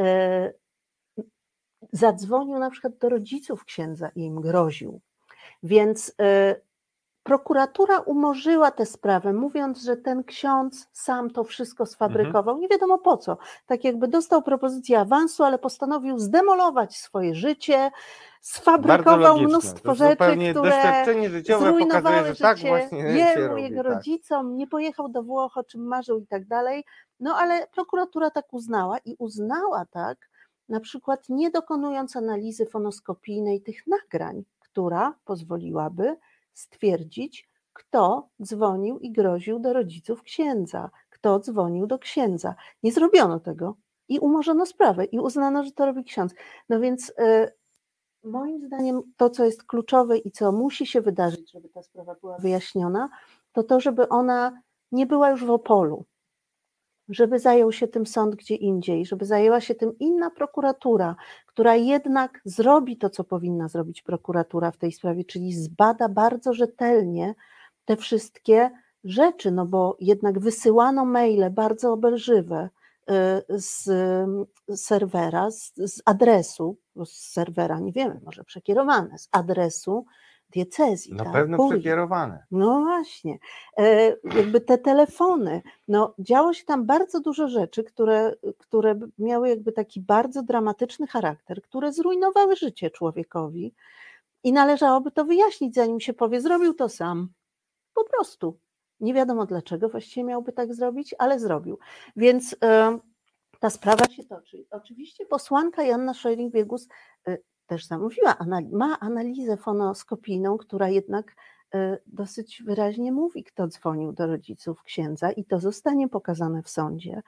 zadzwonił na przykład do rodziców księdza i im groził. Więc prokuratura umorzyła tę sprawę, mówiąc, że ten ksiądz sam to wszystko sfabrykował, nie wiadomo po co. Tak jakby dostał propozycję awansu, ale postanowił zdemolować swoje życie, sfabrykował mnóstwo rzeczy, które zrujnowały życie tak jemu, jego tak. rodzicom, nie pojechał do Włoch, o czym marzył i tak dalej. No ale prokuratura tak uznała i uznała tak, na przykład nie dokonując analizy fonoskopijnej tych nagrań, która pozwoliłaby stwierdzić, kto dzwonił i groził do rodziców księdza, kto dzwonił do księdza. Nie zrobiono tego i umorzono sprawę i uznano, że to robi ksiądz. No więc y, moim zdaniem to, co jest kluczowe i co musi się wydarzyć, żeby ta sprawa była wyjaśniona, to to, żeby ona nie była już w Opolu, żeby zajął się tym sąd gdzie indziej, żeby zajęła się tym inna prokuratura, która jednak zrobi to, co powinna zrobić prokuratura w tej sprawie, czyli zbada bardzo rzetelnie te wszystkie rzeczy, no bo jednak wysyłano maile bardzo obelżywe z serwera, z, z adresu, bo z serwera nie wiemy, może przekierowane, z adresu diecezji. Na tak? pewno Później. przekierowane. No właśnie, e, jakby te telefony, no działo się tam bardzo dużo rzeczy, które, które miały jakby taki bardzo dramatyczny charakter, które zrujnowały życie człowiekowi i należałoby to wyjaśnić, zanim się powie, zrobił to sam. Po prostu. Nie wiadomo dlaczego właściwie miałby tak zrobić, ale zrobił. Więc e, ta sprawa się toczy. Oczywiście posłanka Joanna Scheuring-Wielgus e, też zamówiła, ma analizę fonoskopijną, która jednak dosyć wyraźnie mówi, kto dzwonił do rodziców księdza i to zostanie pokazane w sądzie.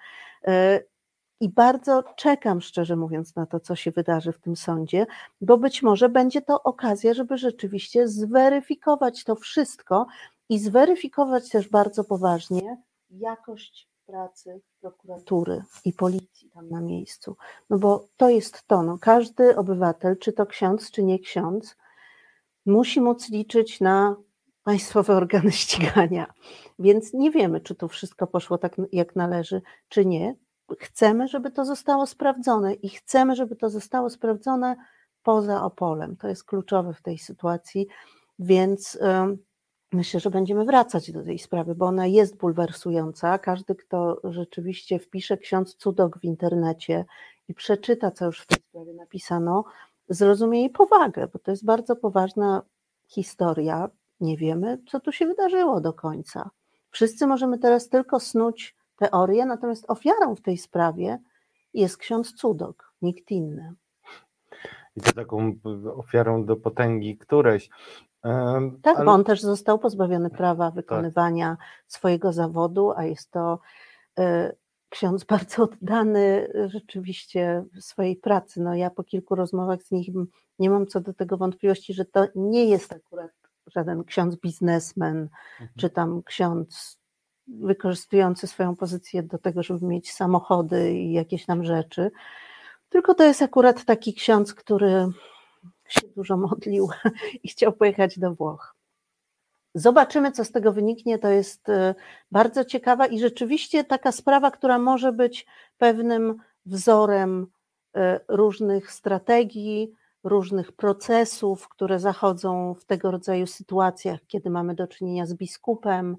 I bardzo czekam, szczerze mówiąc, na to, co się wydarzy w tym sądzie, bo być może będzie to okazja, żeby rzeczywiście zweryfikować to wszystko i zweryfikować też bardzo poważnie jakość pracy prokuratury i policji tam na miejscu. No bo to jest to, no każdy obywatel, czy to ksiądz, czy nie ksiądz, musi móc liczyć na państwowe organy ścigania. Więc nie wiemy, czy to wszystko poszło tak, jak należy, czy nie. Chcemy, żeby to zostało sprawdzone i chcemy, żeby to zostało sprawdzone poza Opolem. To jest kluczowe w tej sytuacji, więc um, myślę, że będziemy wracać do tej sprawy, bo ona jest bulwersująca. Każdy, kto rzeczywiście wpisze ksiądz Cudok w internecie i przeczyta, co już w tej sprawie napisano, zrozumie jej powagę, bo to jest bardzo poważna historia. Nie wiemy, co tu się wydarzyło do końca. Wszyscy możemy teraz tylko snuć teorię, natomiast ofiarą w tej sprawie jest ksiądz Cudok, nikt inny. I to taką ofiarą do potęgi któreś. Um, tak, ale... bo on też został pozbawiony prawa wykonywania tak. swojego zawodu, a jest to y, ksiądz bardzo oddany rzeczywiście swojej pracy. No ja po kilku rozmowach z nim nie mam co do tego wątpliwości, że to nie jest akurat żaden ksiądz biznesmen, mhm. czy tam ksiądz wykorzystujący swoją pozycję do tego, żeby mieć samochody i jakieś tam rzeczy, tylko to jest akurat taki ksiądz, który się dużo modlił i chciał pojechać do Włoch. Zobaczymy, co z tego wyniknie, to jest bardzo ciekawa i rzeczywiście taka sprawa, która może być pewnym wzorem różnych strategii, różnych procesów, które zachodzą w tego rodzaju sytuacjach, kiedy mamy do czynienia z biskupem,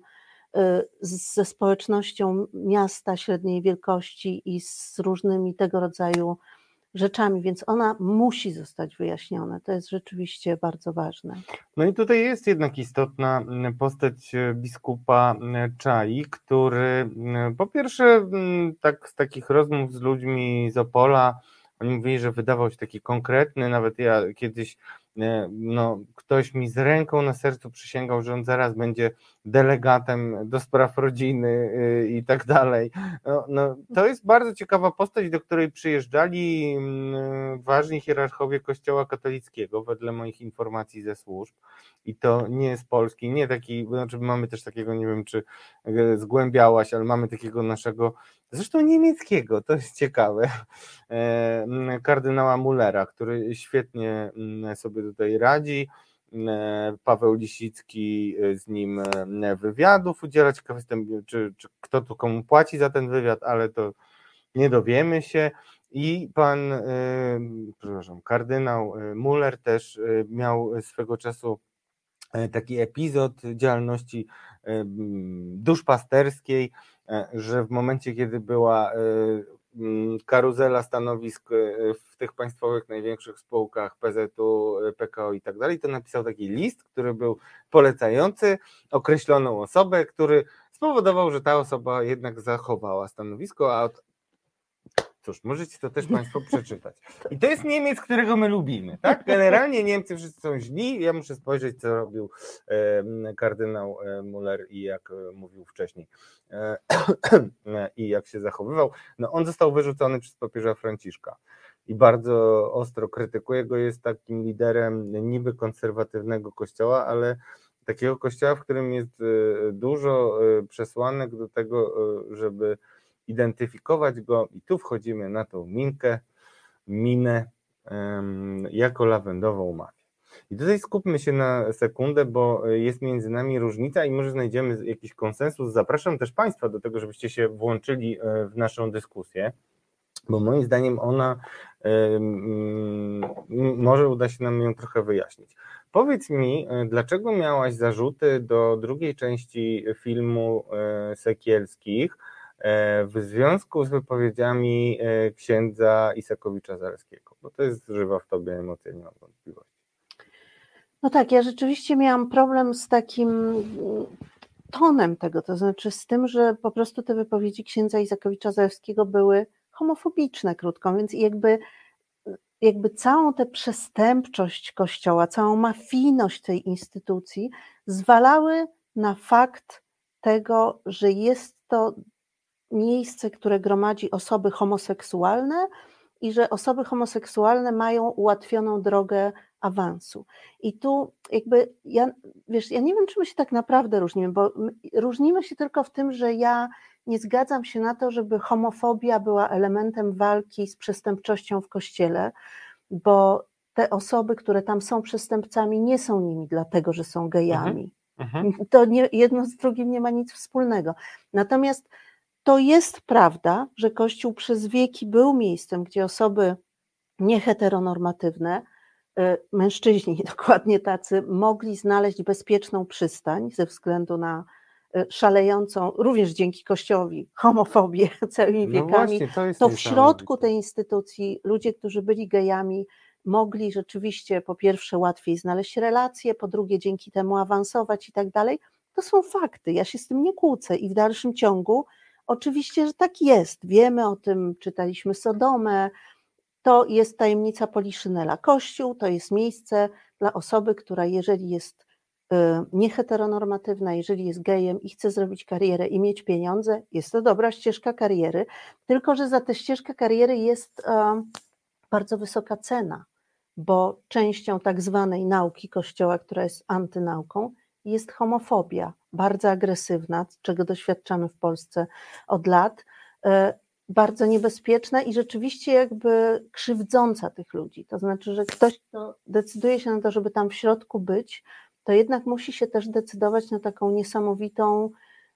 ze społecznością miasta średniej wielkości i z różnymi tego rodzaju rzeczami, więc ona musi zostać wyjaśniona. To jest rzeczywiście bardzo ważne. No i tutaj jest jednak istotna postać biskupa Czai, który po pierwsze tak z takich rozmów z ludźmi z Opola, oni mówili, że wydawał się taki konkretny, nawet ja kiedyś no, ktoś mi z ręką na sercu przysięgał, że on zaraz będzie delegatem do spraw rodziny i tak dalej. No, no, to jest bardzo ciekawa postać, do której przyjeżdżali ważni hierarchowie Kościoła katolickiego, wedle moich informacji ze służb, i to nie z Polski, nie taki, znaczy mamy też takiego, nie wiem czy zgłębiałaś, ale mamy takiego naszego, zresztą niemieckiego, to jest ciekawe, kardynała Mullera, który świetnie sobie tutaj radzi Paweł Lisicki z nim wywiadów udziela. Ciekaw jestem, czy, czy kto tu komu płaci za ten wywiad, ale to nie dowiemy się. I pan, przepraszam, kardynał Müller też miał swego czasu taki epizod działalności duszpasterskiej, że w momencie, kiedy była karuzela stanowisk w tych państwowych największych spółkach P Z U, P K O i tak dalej, to napisał taki list, który był polecający określoną osobę, który spowodował, że ta osoba jednak zachowała stanowisko, a od... Cóż, możecie to też Państwo przeczytać. I to jest Niemiec, którego my lubimy, tak? Generalnie Niemcy wszyscy są źli. Ja muszę spojrzeć, co robił e, kardynał Müller i jak mówił wcześniej e, i jak się zachowywał. No, on został wyrzucony przez papieża Franciszka i bardzo ostro krytykuje go. Jest takim liderem niby konserwatywnego kościoła, ale takiego kościoła, w którym jest dużo przesłanek do tego, żeby identyfikować go, i tu wchodzimy na tą minkę, minę um, jako lawendową mafię. I tutaj skupmy się na sekundę, bo jest między nami różnica i może znajdziemy jakiś konsensus. Zapraszam też Państwa do tego, żebyście się włączyli w naszą dyskusję, bo moim zdaniem ona um, może uda się nam ją trochę wyjaśnić. Powiedz mi, dlaczego miałaś zarzuty do drugiej części filmu Sekielskich w związku z wypowiedziami księdza Isakowicza-Zaleskiego, bo to jest żywa w tobie emocja, nie mam wątpliwości. No tak, ja rzeczywiście miałam problem z takim tonem tego, to znaczy z tym, że po prostu te wypowiedzi księdza Isakowicza-Zaleskiego były homofobiczne, krótko, więc jakby, jakby całą tę przestępczość Kościoła, całą mafijność tej instytucji zwalały na fakt tego, że jest to miejsce, które gromadzi osoby homoseksualne i że osoby homoseksualne mają ułatwioną drogę awansu. I tu jakby, ja, wiesz, ja nie wiem, czy my się tak naprawdę różnimy, bo różnimy się tylko w tym, że ja nie zgadzam się na to, żeby homofobia była elementem walki z przestępczością w Kościele, bo te osoby, które tam są przestępcami, nie są nimi dlatego, że są gejami. Mhm. To nie, jedno z drugim nie ma nic wspólnego. Natomiast to jest prawda, że Kościół przez wieki był miejscem, gdzie osoby nieheteronormatywne, mężczyźni dokładnie tacy, mogli znaleźć bezpieczną przystań ze względu na szalejącą, również dzięki Kościołowi, homofobię całymi wiekami. No właśnie, to jest to w środku tej instytucji ludzie, którzy byli gejami, mogli rzeczywiście po pierwsze łatwiej znaleźć relacje, po drugie dzięki temu awansować i tak dalej. To są fakty, ja się z tym nie kłócę i w dalszym ciągu oczywiście, że tak jest. Wiemy o tym, czytaliśmy Sodomę. To jest tajemnica Poliszynela. Kościół to jest miejsce dla osoby, która jeżeli jest nieheteronormatywna, jeżeli jest gejem i chce zrobić karierę i mieć pieniądze, jest to dobra ścieżka kariery, tylko że za tę ścieżkę kariery jest bardzo wysoka cena, bo częścią tak zwanej nauki Kościoła, która jest antynauką, jest homofobia, bardzo agresywna, czego doświadczamy w Polsce od lat, bardzo niebezpieczna i rzeczywiście jakby krzywdząca tych ludzi. To znaczy, że ktoś, kto decyduje się na to, żeby tam w środku być, to jednak musi się też decydować na taką niesamowitą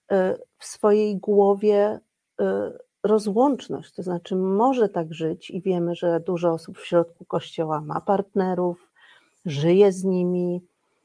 w swojej głowie rozłączność. To znaczy może tak żyć i wiemy, że dużo osób w środku Kościoła ma partnerów, żyje z nimi,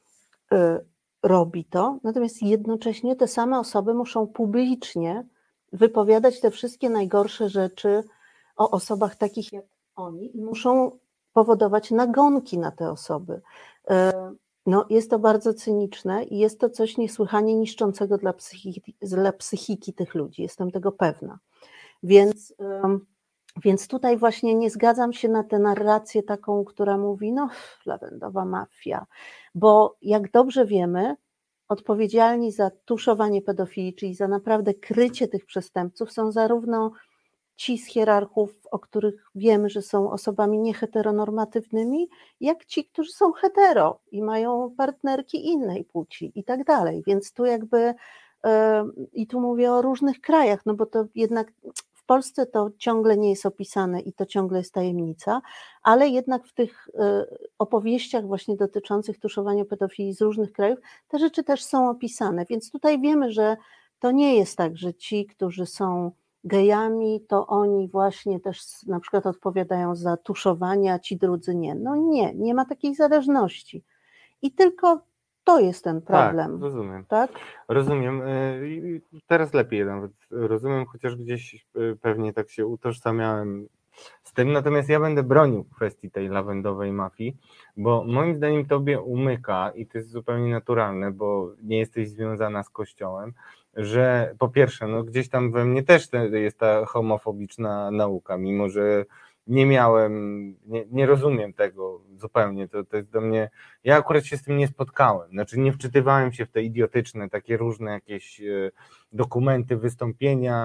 robi to, natomiast jednocześnie te same osoby muszą publicznie wypowiadać te wszystkie najgorsze rzeczy o osobach takich jak oni i muszą powodować nagonki na te osoby. No, jest to bardzo cyniczne i jest to coś niesłychanie niszczącego dla psychiki, dla psychiki tych ludzi, jestem tego pewna. Więc, więc tutaj właśnie nie zgadzam się na tę narrację taką, która mówi, no lawendowa mafia, bo jak dobrze wiemy, odpowiedzialni za tuszowanie pedofilii, czyli za naprawdę krycie tych przestępców są zarówno ci z hierarchów, o których wiemy, że są osobami nieheteronormatywnymi, jak ci, którzy są hetero i mają partnerki innej płci i tak dalej. Więc tu jakby, i tu mówię o różnych krajach, no bo to jednak w Polsce to ciągle nie jest opisane i to ciągle jest tajemnica, ale jednak w tych opowieściach właśnie dotyczących tuszowania pedofilii z różnych krajów te rzeczy też są opisane, więc tutaj wiemy, że to nie jest tak, że ci, którzy są gejami, to oni właśnie też na przykład odpowiadają za tuszowanie, a ci drudzy nie. No nie, nie ma takiej zależności. I tylko to jest ten problem. Tak, rozumiem. Tak? Rozumiem. I teraz lepiej nawet rozumiem, chociaż gdzieś pewnie tak się utożsamiałem z tym. Natomiast ja będę bronił kwestii tej lawendowej mafii, bo moim zdaniem tobie umyka, i to jest zupełnie naturalne, bo nie jesteś związana z Kościołem, że po pierwsze, no gdzieś tam we mnie też jest ta homofobiczna nauka, mimo że nie miałem, nie, nie rozumiem tego zupełnie, to, to jest do mnie, ja akurat się z tym nie spotkałem, znaczy nie wczytywałem się w te idiotyczne, takie różne jakieś dokumenty, wystąpienia,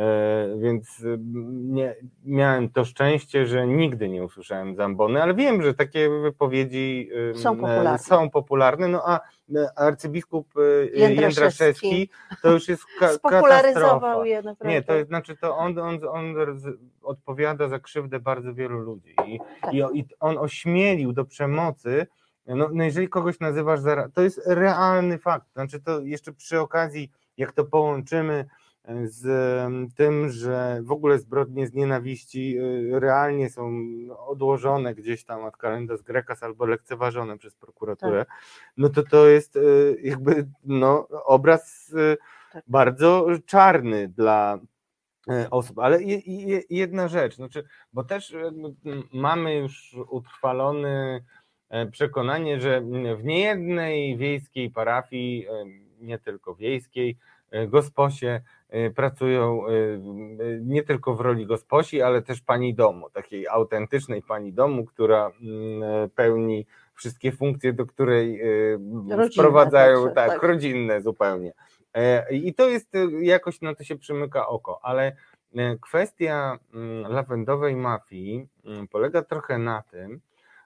więc nie, miałem to szczęście, że nigdy nie usłyszałem Zambony, ale wiem, że takie wypowiedzi są popularne, są popularne, no a arcybiskup Jędraszewski to już jest ka- spopularyzował je naprawdę. Nie, to jest, znaczy to on, on, on odpowiada za krzywdę bardzo wielu ludzi i, tak. i, i on ośmielił do przemocy, no, no jeżeli kogoś nazywasz za, to jest realny fakt, znaczy to jeszcze przy okazji, jak to połączymy z tym, że w ogóle zbrodnie z nienawiści realnie są odłożone gdzieś tam od kalendarz Graecas albo lekceważone przez prokuraturę, tak. no to to jest jakby no, obraz tak. bardzo czarny dla osób, ale jedna rzecz, znaczy, bo też mamy już utrwalone przekonanie, że w niejednej wiejskiej parafii, nie tylko wiejskiej, gosposie pracują nie tylko w roli gosposi, ale też pani domu, takiej autentycznej pani domu, która pełni wszystkie funkcje, do której rodzinne, wprowadzają, także, tak, tak, rodzinne zupełnie. I to jest jakoś, na to się przymyka oko, ale kwestia lawendowej mafii polega trochę na tym,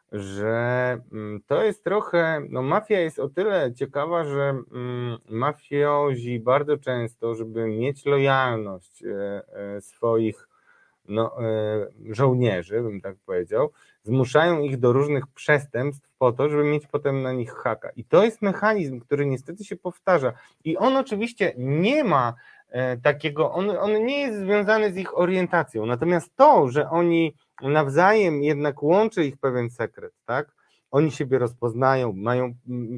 że to jest trochę, no mafia jest o tyle ciekawa, że mafiozi bardzo często, żeby mieć lojalność swoich no, żołnierzy, bym tak powiedział, zmuszają ich do różnych przestępstw po to, żeby mieć potem na nich haka. I to jest mechanizm, który niestety się powtarza. I on oczywiście nie ma takiego, on, on nie jest związany z ich orientacją, natomiast to, że oni nawzajem jednak łączy ich pewien sekret, tak? Oni siebie rozpoznają, mają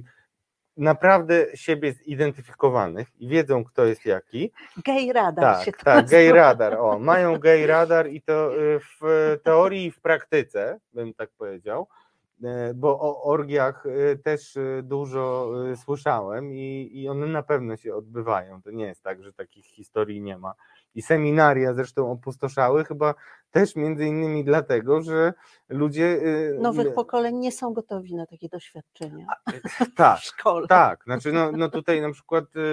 naprawdę siebie zidentyfikowanych i wiedzą, kto jest jaki. Gay radar tak, się to Tak, gay radar, o, mają gay radar i to w teorii i w praktyce, bym tak powiedział, bo o orgiach też dużo słyszałem i, i one na pewno się odbywają, to nie jest tak, że takich historii nie ma. I seminaria zresztą opustoszały chyba też między innymi dlatego, że ludzie... Nowych pokoleń nie są gotowi na takie doświadczenia tak, w szkole. Tak, znaczy no, no tutaj na przykład yy,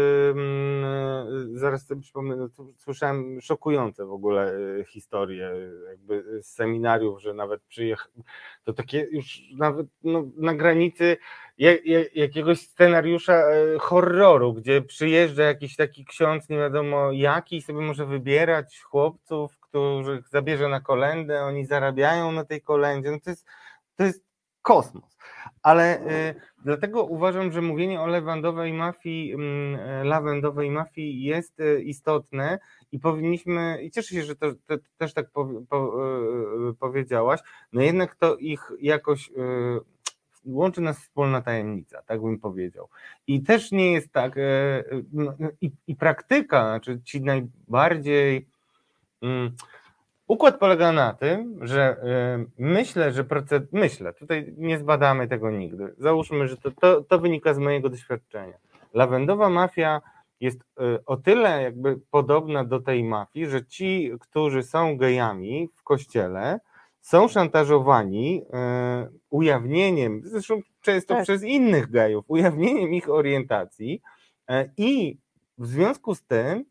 yy, zaraz sobie przypomnę, no, słyszałem szokujące w ogóle historie jakby z seminariów, że nawet przyjechał, to takie już nawet no, na granicy jak, jak, jakiegoś scenariusza horroru, gdzie przyjeżdża jakiś taki ksiądz, nie wiadomo jaki, i sobie może wybierać chłopców, których zabierze na kolędę, oni zarabiają na tej kolędzie, no to jest, to jest kosmos. Ale y, dlatego uważam, że mówienie o lawendowej mafii, y, lawendowej mafii jest y, istotne i powinniśmy, i cieszę się, że to, to też tak po, po, y, powiedziałaś, no jednak to ich jakoś y, łączy nas wspólna tajemnica, tak bym powiedział. I też nie jest tak, y, no, i, i praktyka, znaczy ci najbardziej... Y, Układ polega na tym, że y, myślę, że proces, myślę, tutaj nie zbadamy tego nigdy, załóżmy, że to, to, to wynika z mojego doświadczenia. Lawendowa mafia jest y, o tyle jakby podobna do tej mafii, że ci, którzy są gejami w kościele, są szantażowani y, ujawnieniem, zresztą często tak. przez innych gejów, ujawnieniem ich orientacji y, i w związku z tym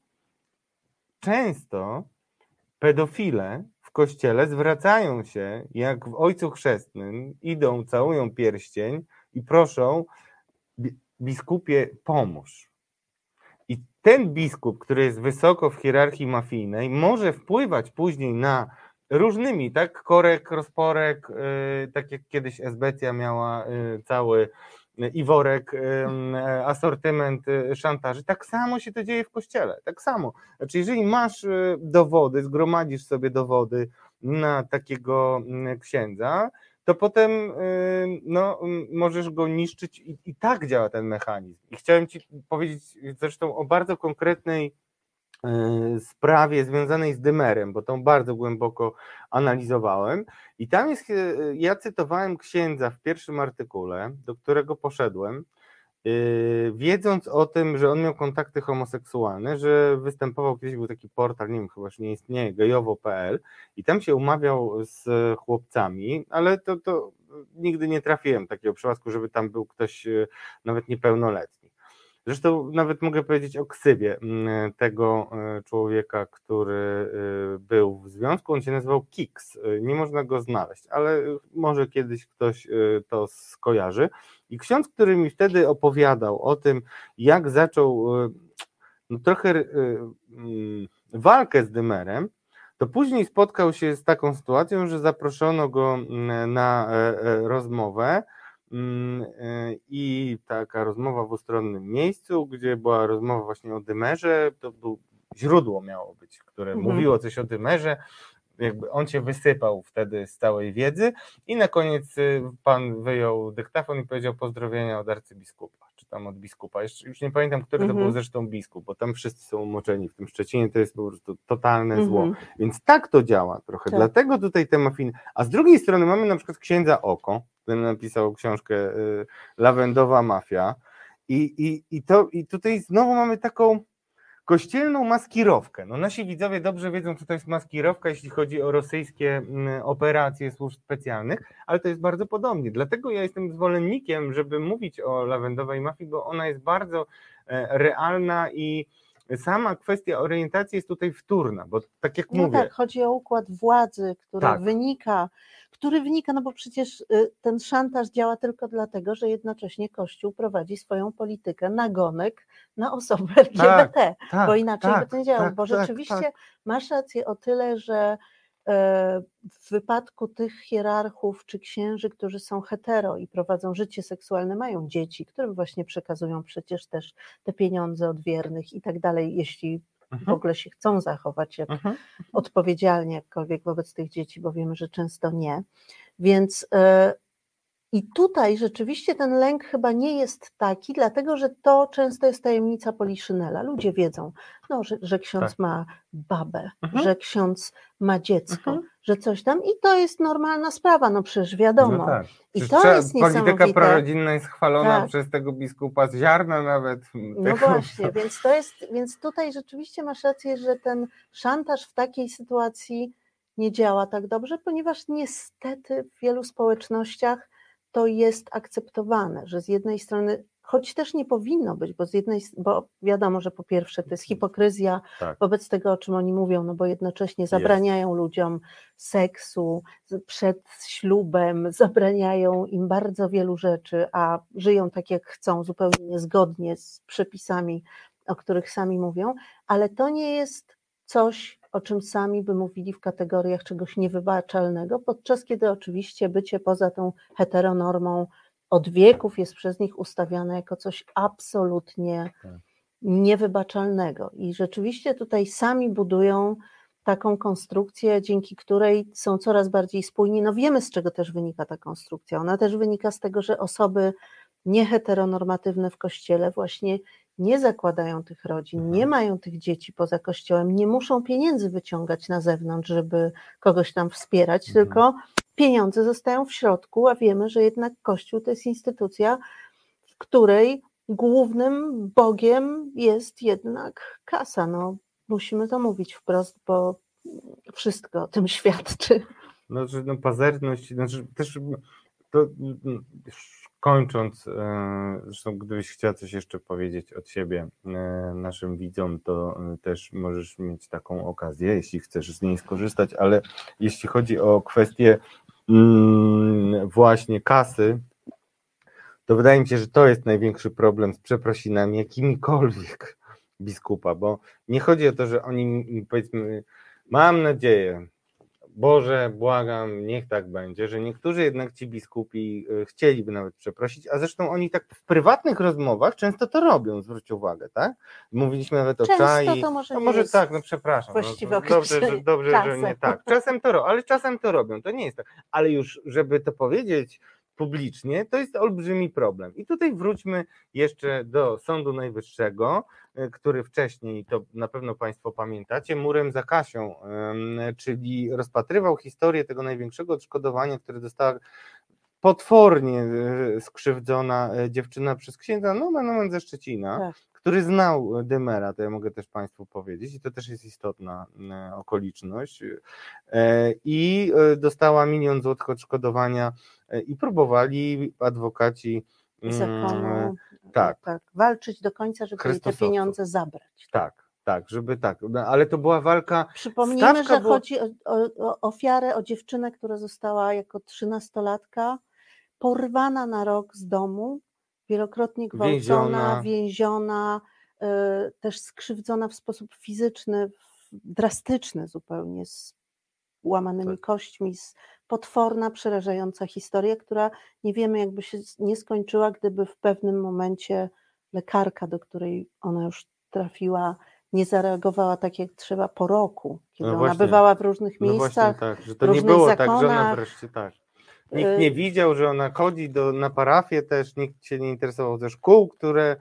często pedofile w kościele zwracają się, jak w Ojcu Chrzestnym, idą, całują pierścień i proszą, biskupie, pomóż. I ten biskup, który jest wysoko w hierarchii mafijnej, może wpływać później na różnymi, tak, korek, rozporek, yy, tak jak kiedyś Esbecja miała yy, cały Iworek, yy, asortyment yy, szantaży, tak samo się to dzieje w Kościele, tak samo. Znaczy, jeżeli masz yy, dowody, zgromadzisz sobie dowody na takiego yy, księdza, to potem yy, no, możesz go niszczyć i, i tak działa ten mechanizm. I chciałem Ci powiedzieć zresztą o bardzo konkretnej sprawie związanej z dymerem, bo tą bardzo głęboko analizowałem i tam jest, ja cytowałem księdza w pierwszym artykule, do którego poszedłem, yy, wiedząc o tym, że on miał kontakty homoseksualne, że występował, kiedyś był taki portal, nie wiem, chyba już nie istnieje, gejowo kropka pe el i tam się umawiał z chłopcami, ale to, to nigdy nie trafiłem takiego przypadku, żeby tam był ktoś nawet niepełnoletni. Zresztą nawet mogę powiedzieć o ksywie tego człowieka, który był w związku, on się nazywał Kiks, nie można go znaleźć, ale może kiedyś ktoś to skojarzy. I ksiądz, który mi wtedy opowiadał o tym, jak zaczął no, trochę walkę z dymerem, to później spotkał się z taką sytuacją, że zaproszono go na rozmowę, i taka rozmowa w ustronnym miejscu, gdzie była rozmowa właśnie o dymerze, to był, źródło miało być, które mhm. mówiło coś o dymerze, jakby on się wysypał wtedy z całej wiedzy i na koniec pan wyjął dyktafon i powiedział pozdrowienia od arcybiskupa, czy tam od biskupa, już, już nie pamiętam, który mhm. to był zresztą biskup, bo tam wszyscy są umoczeni w tym Szczecinie, to jest po prostu totalne mhm. zło, więc tak to działa trochę, tak. Dlatego tutaj te mafiny, a z drugiej strony mamy na przykład księdza Oko, który napisał książkę y, Lawendowa Mafia i, i, i, to, i tutaj znowu mamy taką kościelną maskirowkę. No nasi widzowie dobrze wiedzą, co to jest maskirowka, jeśli chodzi o rosyjskie y, operacje służb specjalnych, ale to jest bardzo podobnie. Dlatego ja jestem zwolennikiem, żeby mówić o Lawendowej Mafii, bo ona jest bardzo y, realna i sama kwestia orientacji jest tutaj wtórna, bo tak jak no mówię... tak, chodzi o układ władzy, który tak. wynika, który wynika, no bo przecież ten szantaż działa tylko dlatego, że jednocześnie Kościół prowadzi swoją politykę nagonek na osoby L G B T, tak, tak, bo inaczej tak, by to nie działało, tak, bo rzeczywiście tak, tak. masz rację o tyle, że w wypadku tych hierarchów czy księży, którzy są hetero i prowadzą życie seksualne, mają dzieci, którym właśnie przekazują przecież też te pieniądze od wiernych i tak dalej, jeśli mhm. w ogóle się chcą zachować jak mhm. odpowiedzialnie jakkolwiek wobec tych dzieci, bo wiemy, że często nie. Więc i tutaj rzeczywiście ten lęk chyba nie jest taki, dlatego że to często jest tajemnica Poliszynela. Ludzie wiedzą, no, że, że ksiądz tak. ma babę, mhm. że ksiądz ma dziecko, mhm. że coś tam i to jest normalna sprawa, no przecież wiadomo. No tak. I to trzeba, jest niesamowite. Polityka prorodzinna jest chwalona tak. przez tego biskupa z ziarna nawet. No tego... właśnie, więc to jest, więc tutaj rzeczywiście masz rację, że ten szantaż w takiej sytuacji nie działa tak dobrze, ponieważ niestety w wielu społecznościach to jest akceptowane, że z jednej strony, choć też nie powinno być, bo z jednej, bo wiadomo, że po pierwsze to jest hipokryzja tak. wobec tego, o czym oni mówią, no bo jednocześnie zabraniają jest. ludziom seksu przed ślubem, zabraniają im bardzo wielu rzeczy, a żyją tak jak chcą, zupełnie niezgodnie z przepisami, o których sami mówią, ale to nie jest coś, o czym sami by mówili w kategoriach czegoś niewybaczalnego, podczas kiedy oczywiście bycie poza tą heteronormą od wieków jest przez nich ustawiane jako coś absolutnie niewybaczalnego. I rzeczywiście tutaj sami budują taką konstrukcję, dzięki której są coraz bardziej spójni. No wiemy, z czego też wynika ta konstrukcja. Ona też wynika z tego, że osoby nieheteronormatywne w Kościele właśnie nie zakładają tych rodzin, nie mają tych dzieci poza Kościołem, nie muszą pieniędzy wyciągać na zewnątrz, żeby kogoś tam wspierać, mhm. tylko pieniądze zostają w środku, a wiemy, że jednak Kościół to jest instytucja, w której głównym Bogiem jest jednak kasa. No, musimy to mówić wprost, bo wszystko o tym świadczy. No, że no, pazerność, znaczy też to kończąc, zresztą gdybyś chciała coś jeszcze powiedzieć od siebie naszym widzom, to też możesz mieć taką okazję, jeśli chcesz z niej skorzystać, ale jeśli chodzi o kwestię właśnie kasy, to wydaje mi się, że to jest największy problem z przeprosinami jakimikolwiek, biskupa, bo nie chodzi o to, że oni, powiedzmy, mam nadzieję, Boże, błagam, niech tak będzie, że niektórzy jednak ci biskupi chcieliby nawet przeprosić, a zresztą oni tak w prywatnych rozmowach często to robią, zwróćcie uwagę, tak? Mówiliśmy nawet o Często czai. to może No nie może jest tak, no przepraszam. właściwe No, dobrze, że, określenie. dobrze, że nie Czasem. tak. Czasem to robią, ale czasem to robią, to nie jest tak. Ale już, żeby to powiedzieć publicznie, to jest olbrzymi problem. I tutaj wróćmy jeszcze do Sądu Najwyższego, który wcześniej, to na pewno Państwo pamiętacie, murem za Kasią, czyli rozpatrywał historię tego największego odszkodowania, które dostała potwornie skrzywdzona dziewczyna przez księdza nomen omen ze Szczecina, tak, który znał Dymera, to ja mogę też Państwu powiedzieć, i to też jest istotna okoliczność, i dostała milion złotych odszkodowania i próbowali adwokaci zakonu tak, tak, walczyć do końca, żeby jej te pieniądze zabrać. Tak, tak, żeby tak, no, ale to była walka. Przypomnijmy, że była... chodzi o, o, o ofiarę, o dziewczynę, która została jako trzynastolatka porwana na rok z domu, wielokrotnie gwałcona, więziona, więziona y, też skrzywdzona w sposób fizyczny, drastyczny zupełnie, z łamanymi tak. kośćmi, z potworna, przerażająca historia, która nie wiemy, jakby się nie skończyła, gdyby w pewnym momencie lekarka, do której ona już trafiła, nie zareagowała tak jak trzeba po roku, kiedy no ona właśnie, bywała w różnych no miejscach, tak, że to w nie było zakonach, tak, że ona wreszcie tak. Nikt nie widział, że ona chodzi do, na parafię też, nikt się nie interesował ze szkół, które...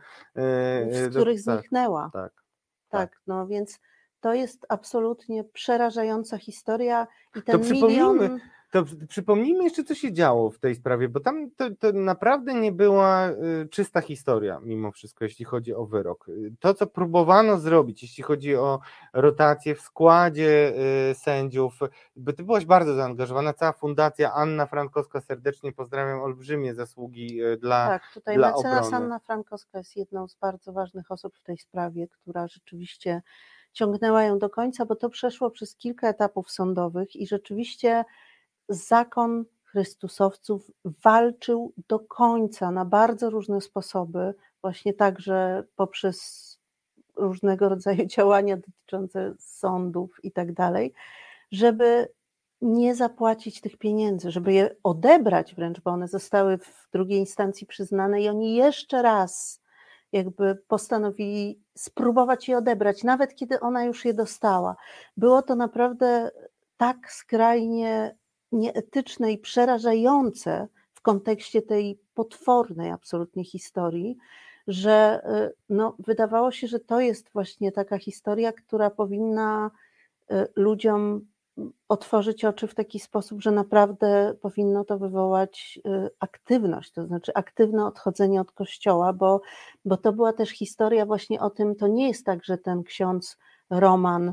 z których do, zniknęła. Tak, tak, tak, no więc to jest absolutnie przerażająca historia i ten to przypomnijmy, milion... To przypomnijmy jeszcze, co się działo w tej sprawie, bo tam to, to naprawdę nie była y, czysta historia mimo wszystko, jeśli chodzi o wyrok. To, co próbowano zrobić, jeśli chodzi o rotację w składzie y, sędziów, bo ty byłaś bardzo zaangażowana, cała fundacja, Anna Frankowska, serdecznie pozdrawiam, olbrzymie zasługi y, dla Tak, tutaj dla mecenas obrony. Anna Frankowska jest jedną z bardzo ważnych osób w tej sprawie, która rzeczywiście ciągnęła ją do końca, bo to przeszło przez kilka etapów sądowych i rzeczywiście zakon chrystusowców walczył do końca na bardzo różne sposoby, właśnie także poprzez różnego rodzaju działania dotyczące sądów i tak dalej, żeby nie zapłacić tych pieniędzy, żeby je odebrać wręcz, bo one zostały w drugiej instancji przyznane i oni jeszcze raz jakby postanowili spróbować je odebrać, nawet kiedy ona już je dostała. Było to naprawdę tak skrajnie nieetyczne i przerażające w kontekście tej potwornej absolutnie historii, że no, wydawało się, że to jest właśnie taka historia, która powinna ludziom otworzyć oczy w taki sposób, że naprawdę powinno to wywołać aktywność, to znaczy aktywne odchodzenie od kościoła, bo, bo to była też historia właśnie o tym, to nie jest tak, że ten ksiądz Roman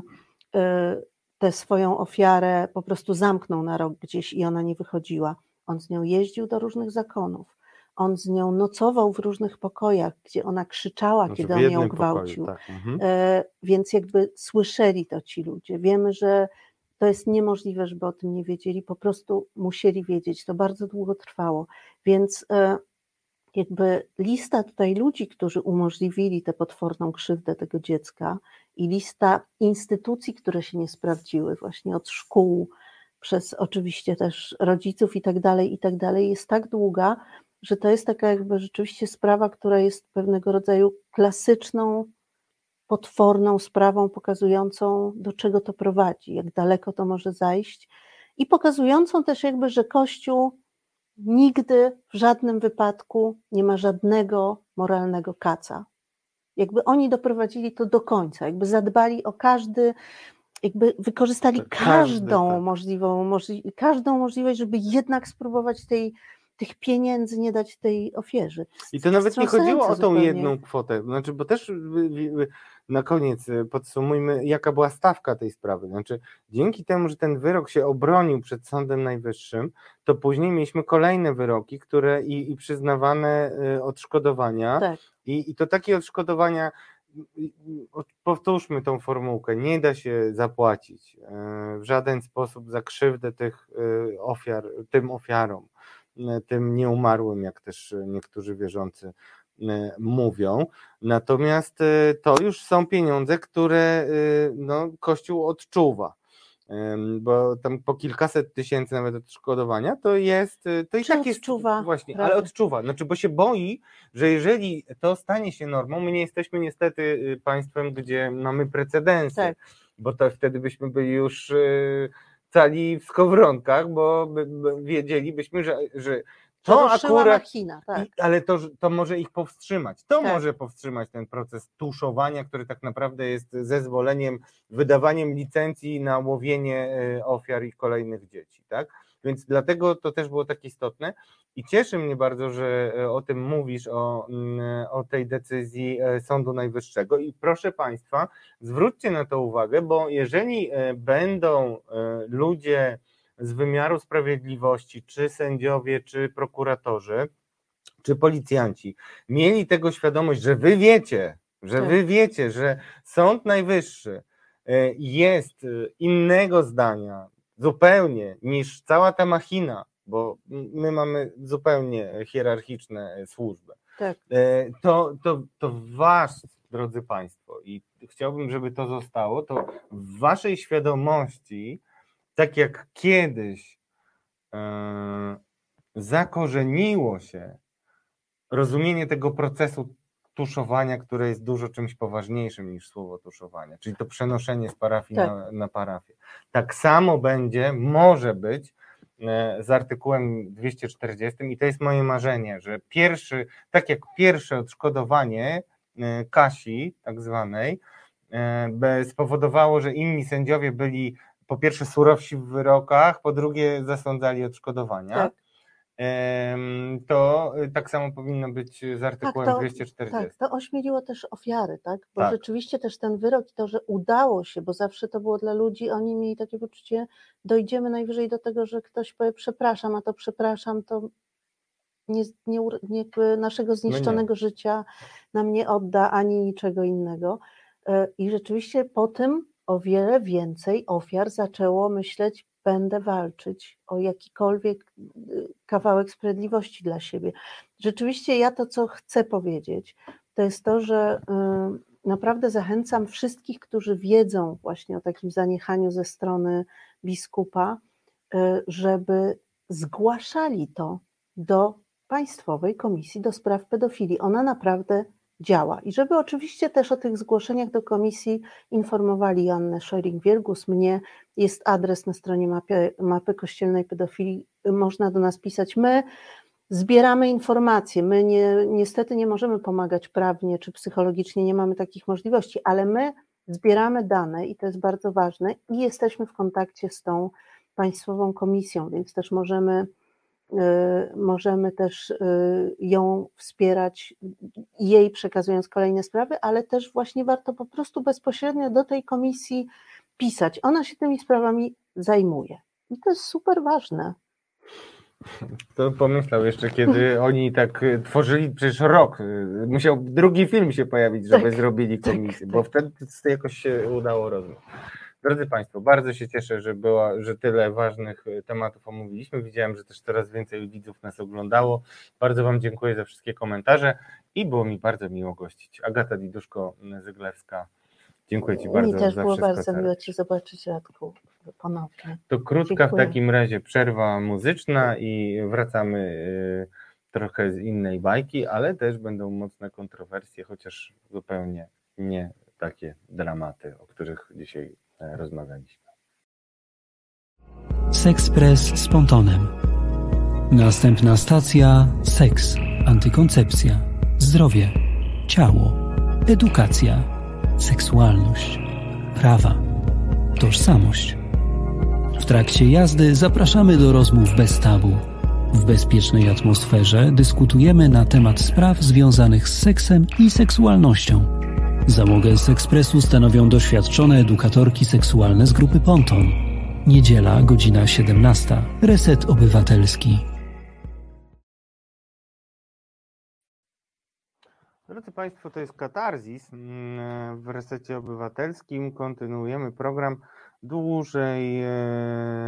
tę swoją ofiarę po prostu zamknął na rok gdzieś i ona nie wychodziła. On z nią jeździł do różnych zakonów, on z nią nocował w różnych pokojach, gdzie ona krzyczała, znaczy, kiedy on ją gwałcił. Pokoju, tak. mhm. e, więc jakby słyszeli to ci ludzie. Wiemy, że to jest niemożliwe, żeby o tym nie wiedzieli, po prostu musieli wiedzieć. To bardzo długo trwało. Więc e, jakby lista tutaj ludzi, którzy umożliwili tę potworną krzywdę tego dziecka i lista instytucji, które się nie sprawdziły, właśnie od szkół, przez oczywiście też rodziców i tak dalej, i tak dalej, jest tak długa, że to jest taka jakby rzeczywiście sprawa, która jest pewnego rodzaju klasyczną, potworną sprawą pokazującą, do czego to prowadzi, jak daleko to może zajść i pokazującą też jakby, że Kościół nigdy w żadnym wypadku nie ma żadnego moralnego kaca. Jakby oni doprowadzili to do końca, jakby zadbali o każdy, jakby wykorzystali każdy, każdą tak. możliwą, możli, każdą możliwość, żeby jednak spróbować tej, tych pieniędzy nie dać tej ofierze. I to nawet nie chodziło o tą zupełnie. jedną kwotę, znaczy, bo też na koniec podsumujmy, jaka była stawka tej sprawy. Znaczy, dzięki temu, że ten wyrok się obronił przed Sądem Najwyższym, to później mieliśmy kolejne wyroki, które i, i przyznawane odszkodowania. Tak. I, I to takie odszkodowania, powtórzmy tą formułkę, nie da się zapłacić w żaden sposób za krzywdę tych ofiar, tym ofiarom, tym nieumarłym, jak też niektórzy wierzący mówią. Natomiast to już są pieniądze, które no, Kościół odczuwa, bo tam po kilkaset tysięcy nawet odszkodowania, to jest, to i Czy tak jest odczuwa, właśnie, prawda? ale odczuwa, znaczy, bo się boi, że jeżeli to stanie się normą, my nie jesteśmy niestety państwem, gdzie mamy precedensy, Tak. bo to wtedy byśmy byli już cali w skowronkach, bo by, by wiedzielibyśmy, że, że to akurat, machina, tak. i, ale to, to może ich powstrzymać. To tak. może powstrzymać ten proces tuszowania, który tak naprawdę jest zezwoleniem, wydawaniem licencji na łowienie ofiar i kolejnych dzieci, tak? Więc dlatego to też było tak istotne i cieszy mnie bardzo, że o tym mówisz, o, o tej decyzji Sądu Najwyższego i proszę Państwa, zwróćcie na to uwagę, bo jeżeli będą ludzie z wymiaru sprawiedliwości, czy sędziowie, czy prokuratorzy, czy policjanci mieli tego świadomość, że wy wiecie, że Tak. wy wiecie, że Sąd Najwyższy jest innego zdania zupełnie niż cała ta machina, bo my mamy zupełnie hierarchiczne służby, Tak. to, to, to was, drodzy Państwo, i chciałbym, żeby to zostało, to w waszej świadomości, tak jak kiedyś e, zakorzeniło się rozumienie tego procesu tuszowania, które jest dużo czymś poważniejszym niż słowo tuszowania, czyli to przenoszenie z parafii Tak. na, na parafię. Tak samo będzie, może być e, z artykułem dwieście czterdziestym i to jest moje marzenie, że pierwszy, tak jak pierwsze odszkodowanie e, Kasi tak zwanej e, spowodowało, że inni sędziowie byli po pierwsze surowsi w wyrokach, po drugie zasądzali odszkodowania, Tak. to tak samo powinno być z artykułem tak, to, dwieście czterdzieści. Tak, to ośmieliło też ofiary, tak? Bo tak. rzeczywiście też ten wyrok i to, że udało się, bo zawsze to było dla ludzi, oni mieli takie poczucie, dojdziemy najwyżej do tego, że ktoś powie przepraszam, a to przepraszam, to nie, nie, nie naszego zniszczonego no życia nam nie odda ani niczego innego. I rzeczywiście po tym o wiele więcej ofiar zaczęło myśleć, będę walczyć o jakikolwiek kawałek sprawiedliwości dla siebie. Rzeczywiście ja to, co chcę powiedzieć, to jest to, że naprawdę zachęcam wszystkich, którzy wiedzą właśnie o takim zaniechaniu ze strony biskupa, żeby zgłaszali to do Państwowej Komisji do Spraw Pedofilii. Ona naprawdę działa. I żeby oczywiście też o tych zgłoszeniach do komisji informowali Joannę Scheuring-Wielgus, mnie, jest adres na stronie mapy, mapy kościelnej pedofilii, można do nas pisać. My zbieramy informacje, my nie, niestety nie możemy pomagać prawnie czy psychologicznie, nie mamy takich możliwości, ale my zbieramy dane i to jest bardzo ważne i jesteśmy w kontakcie z tą Państwową Komisją, więc też możemy możemy też ją wspierać, jej przekazując kolejne sprawy, ale też właśnie warto po prostu bezpośrednio do tej komisji pisać. Ona się tymi sprawami zajmuje i to jest super ważne. To pomyślał jeszcze, kiedy oni tak tworzyli, przecież rok, musiał drugi film się pojawić, żeby tak, zrobili komisję, tak, bo tak. wtedy jakoś się udało rozwiązać. Drodzy Państwo, bardzo się cieszę, że, była, że tyle ważnych tematów omówiliśmy. Widziałem, że też coraz więcej widzów nas oglądało. Bardzo Wam dziękuję za wszystkie komentarze i było mi bardzo miło gościć. Agata Diduszko-Zyglewska, dziękuję Ci bardzo. Mi też za było wszystko, bardzo miło Cię zobaczyć, Radku, ponownie. To krótka dziękuję. W takim razie przerwa muzyczna i wracamy y, trochę z innej bajki, ale też będą mocne kontrowersje, chociaż zupełnie nie takie dramaty, o których dzisiaj rozmawialiśmy. Sexpress z Pontonem. Następna stacja: seks, antykoncepcja, zdrowie, ciało, edukacja, seksualność, prawa, tożsamość. W trakcie jazdy zapraszamy do rozmów bez tabu. W bezpiecznej atmosferze dyskutujemy na temat spraw związanych z seksem i seksualnością. Załogę z Ekspresu stanowią doświadczone edukatorki seksualne z grupy Ponton. Niedziela, godzina siedemnasta. Reset Obywatelski. Drodzy Państwo, to jest Katarzis. W Resecie Obywatelskim kontynuujemy program. Dłużej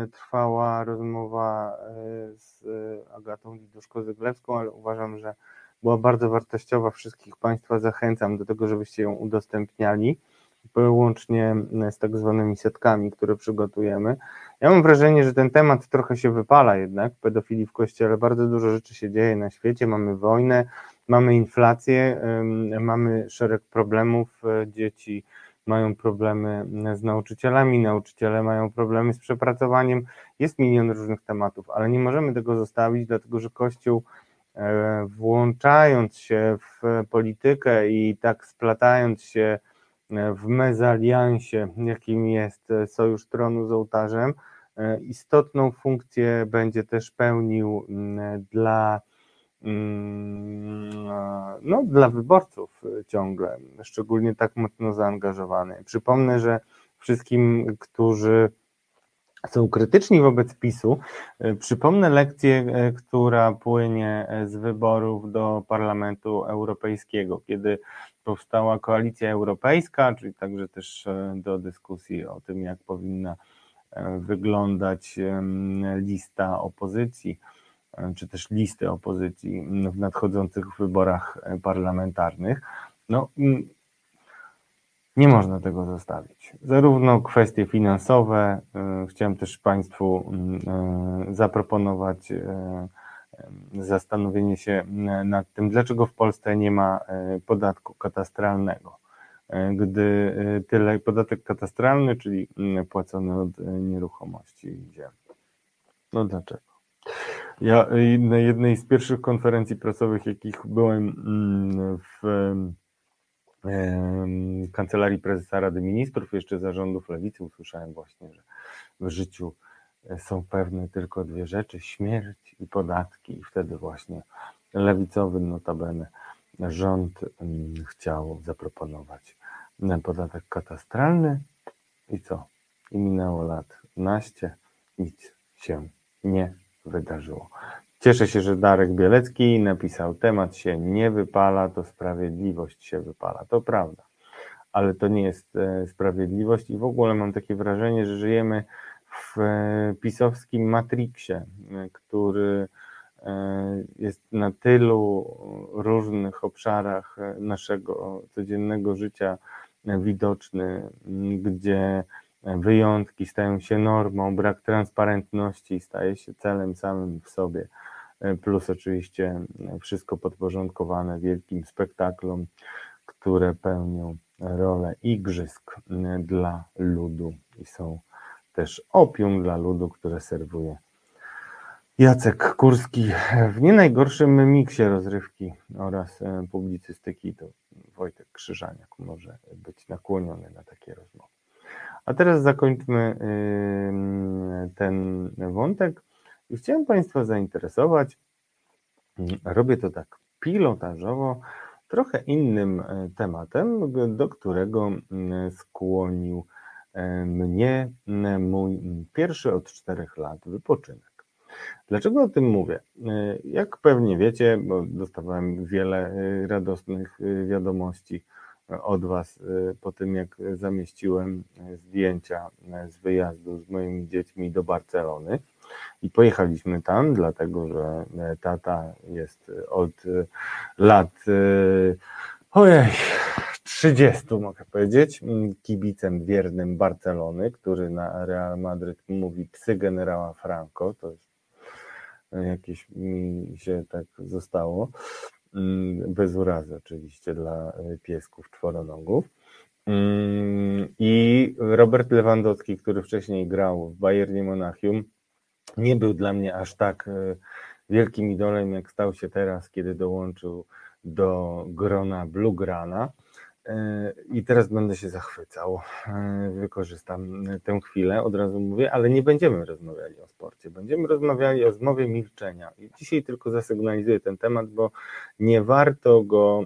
trwała rozmowa z Agatą Diduszko-Zyglewską, ale uważam, że była bardzo wartościowa. Wszystkich Państwa zachęcam do tego, żebyście ją udostępniali, łącznie z tak zwanymi setkami, które przygotujemy. Ja mam wrażenie, że ten temat trochę się wypala jednak, pedofilii w Kościele, bardzo dużo rzeczy się dzieje na świecie, mamy wojnę, mamy inflację, mamy szereg problemów, dzieci mają problemy z nauczycielami, nauczyciele mają problemy z przepracowaniem, jest milion różnych tematów, ale nie możemy tego zostawić, dlatego że Kościół, włączając się w politykę i tak splatając się w mezaliansie, jakim jest Sojusz Tronu z Ołtarzem, istotną funkcję będzie też pełnił dla, no, dla wyborców ciągle, szczególnie tak mocno zaangażowany. Przypomnę, że wszystkim, którzy są krytyczni wobec PiSu, przypomnę lekcję, która płynie z wyborów do Parlamentu Europejskiego, kiedy powstała Koalicja Europejska, czyli także też do dyskusji o tym, jak powinna wyglądać lista opozycji, czy też listy opozycji w nadchodzących wyborach parlamentarnych. No, nie można tego zostawić. Zarówno kwestie finansowe, chciałem też Państwu zaproponować zastanowienie się nad tym, dlaczego w Polsce nie ma podatku katastralnego. Gdy tyle podatek katastralny, czyli płacony od nieruchomości idzie. No dlaczego? Ja na jednej z pierwszych konferencji prasowych, jakich byłem w Kancelarii Prezesa Rady Ministrów, jeszcze zarządów Lewicy, usłyszałem właśnie, że w życiu są pewne tylko dwie rzeczy, śmierć i podatki, i wtedy właśnie lewicowy notabene rząd chciał zaproponować podatek katastralny i co? I minęło lat naście, nic się nie wydarzyło. Cieszę się, że Darek Bielecki napisał, temat się nie wypala, to sprawiedliwość się wypala. To prawda, ale to nie jest sprawiedliwość i w ogóle mam takie wrażenie, że żyjemy w pisowskim Matrixie, który jest na tylu różnych obszarach naszego codziennego życia widoczny, gdzie wyjątki stają się normą, brak transparentności staje się celem samym w sobie, plus oczywiście wszystko podporządkowane wielkim spektaklom, które pełnią rolę igrzysk dla ludu i są też opium dla ludu, które serwuje Jacek Kurski w nie najgorszym miksie rozrywki oraz publicystyki. To Wojtek Krzyżaniak może być nakłoniony na takie rozmowy. A teraz zakończmy ten wątek i chciałem Państwa zainteresować, robię to tak pilotażowo, trochę innym tematem, do którego skłonił mnie mój pierwszy od czterech lat wypoczynek. Dlaczego o tym mówię? Jak pewnie wiecie, bo dostawałem wiele radosnych wiadomości od Was po tym, jak zamieściłem zdjęcia z wyjazdu z moimi dziećmi do Barcelony i pojechaliśmy tam, dlatego że tata jest od lat ojej, trzydziestu mogę powiedzieć, kibicem wiernym Barcelony, który na Real Madryt mówi psy generała Franco, to jest jakieś mi się tak zostało, bez urazy oczywiście dla piesków czworonogów. I Robert Lewandowski, który wcześniej grał w Bayernie Monachium, nie był dla mnie aż tak wielkim idolem, jak stał się teraz, kiedy dołączył do grona Blaugrana. I teraz będę się zachwycał, wykorzystam tę chwilę, od razu mówię, ale nie będziemy rozmawiali o sporcie, będziemy rozmawiali o zmowie milczenia. I dzisiaj tylko zasygnalizuję ten temat, bo nie warto go,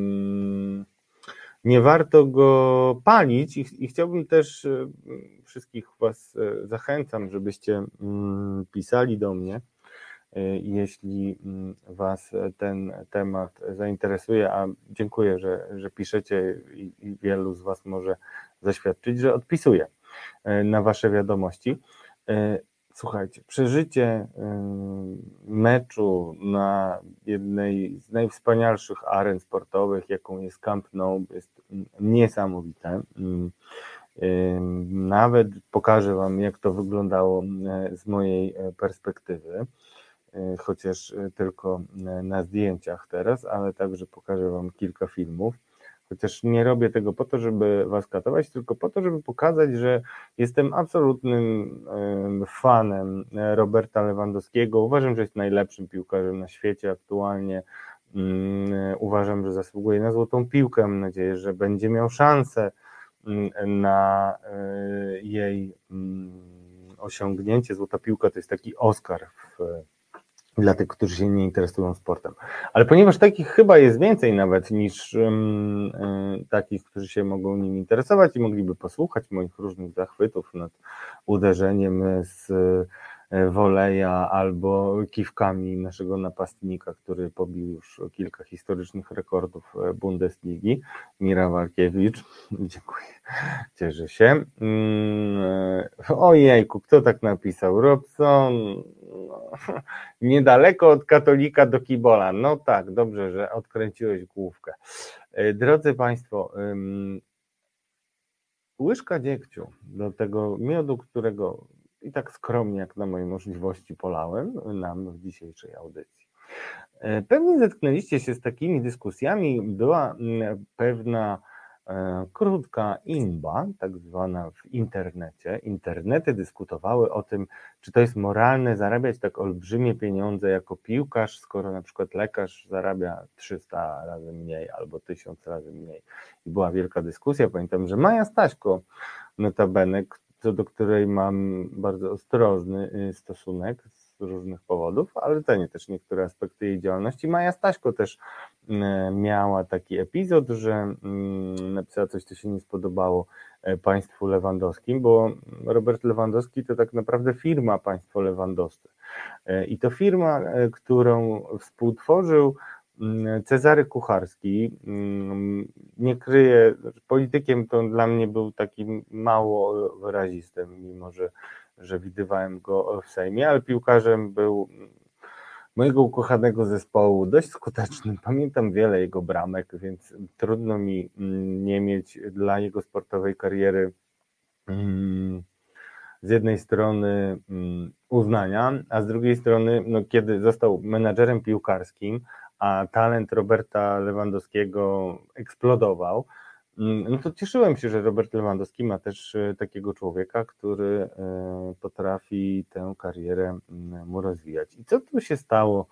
nie warto go palić i, i chciałbym też wszystkich Was zachęcam, żebyście pisali do mnie, jeśli Was ten temat zainteresuje, a dziękuję, że, że piszecie i, i wielu z Was może zaświadczyć, że odpisuję na Wasze wiadomości. słuchajcie, przeżycie meczu na jednej z najwspanialszych aren sportowych, jaką jest Camp Nou, jest niesamowite. Nawet pokażę Wam, jak to wyglądało z mojej perspektywy, chociaż tylko na zdjęciach teraz, ale także pokażę Wam kilka filmów. Chociaż nie robię tego po to, żeby Was katować, tylko po to, żeby pokazać, że jestem absolutnym fanem Roberta Lewandowskiego. Uważam, że jest najlepszym piłkarzem na świecie aktualnie. Uważam, że zasługuje na złotą piłkę. Mam nadzieję, że będzie miał szansę na jej osiągnięcie. Złota piłka to jest taki Oscar w dla tych, którzy się nie interesują sportem. Ale ponieważ takich chyba jest więcej nawet niż um, um, takich, którzy się mogą nim interesować i mogliby posłuchać moich różnych zachwytów nad uderzeniem z woleja albo kiwkami naszego napastnika, który pobił już kilka historycznych rekordów Bundesligi, Mira Walkiewicz. Dziękuję, cieszę się. Ojejku, kto tak napisał? Robson, no, niedaleko od katolika do kibola. No tak, dobrze, że odkręciłeś główkę. Drodzy Państwo, łyżka dziegciu do tego miodu, którego i tak skromnie jak na moje możliwości polałem nam w dzisiejszej audycji. Pewnie zetknęliście się z takimi dyskusjami, była pewna e, krótka inba, tak zwana w internecie. Internety dyskutowały o tym, czy to jest moralne zarabiać tak olbrzymie pieniądze jako piłkarz, skoro na przykład lekarz zarabia trzysta razy mniej albo tysiąc razy mniej. I była wielka dyskusja. Pamiętam, że Maja Staśko, notabene, co do której mam bardzo ostrożny stosunek z różnych powodów, ale cenię też niektóre aspekty jej działalności. Maja Staśko też miała taki epizod, że napisała coś, co się nie spodobało państwu Lewandowskim, bo Robert Lewandowski to tak naprawdę firma państwo Lewandowscy. I to firma, którą współtworzył Cezary Kucharski. Nie kryję, politykiem to dla mnie był taki mało wyrazistym, mimo że, że widywałem go w Sejmie, ale piłkarzem był mojego ukochanego zespołu, dość skutecznym. Pamiętam wiele jego bramek, więc trudno mi nie mieć dla jego sportowej kariery z jednej strony uznania, a z drugiej strony, no, kiedy został menadżerem piłkarskim, a talent Roberta Lewandowskiego eksplodował, no to cieszyłem się, że Robert Lewandowski ma też takiego człowieka, który potrafi tę karierę mu rozwijać. I co tu się stało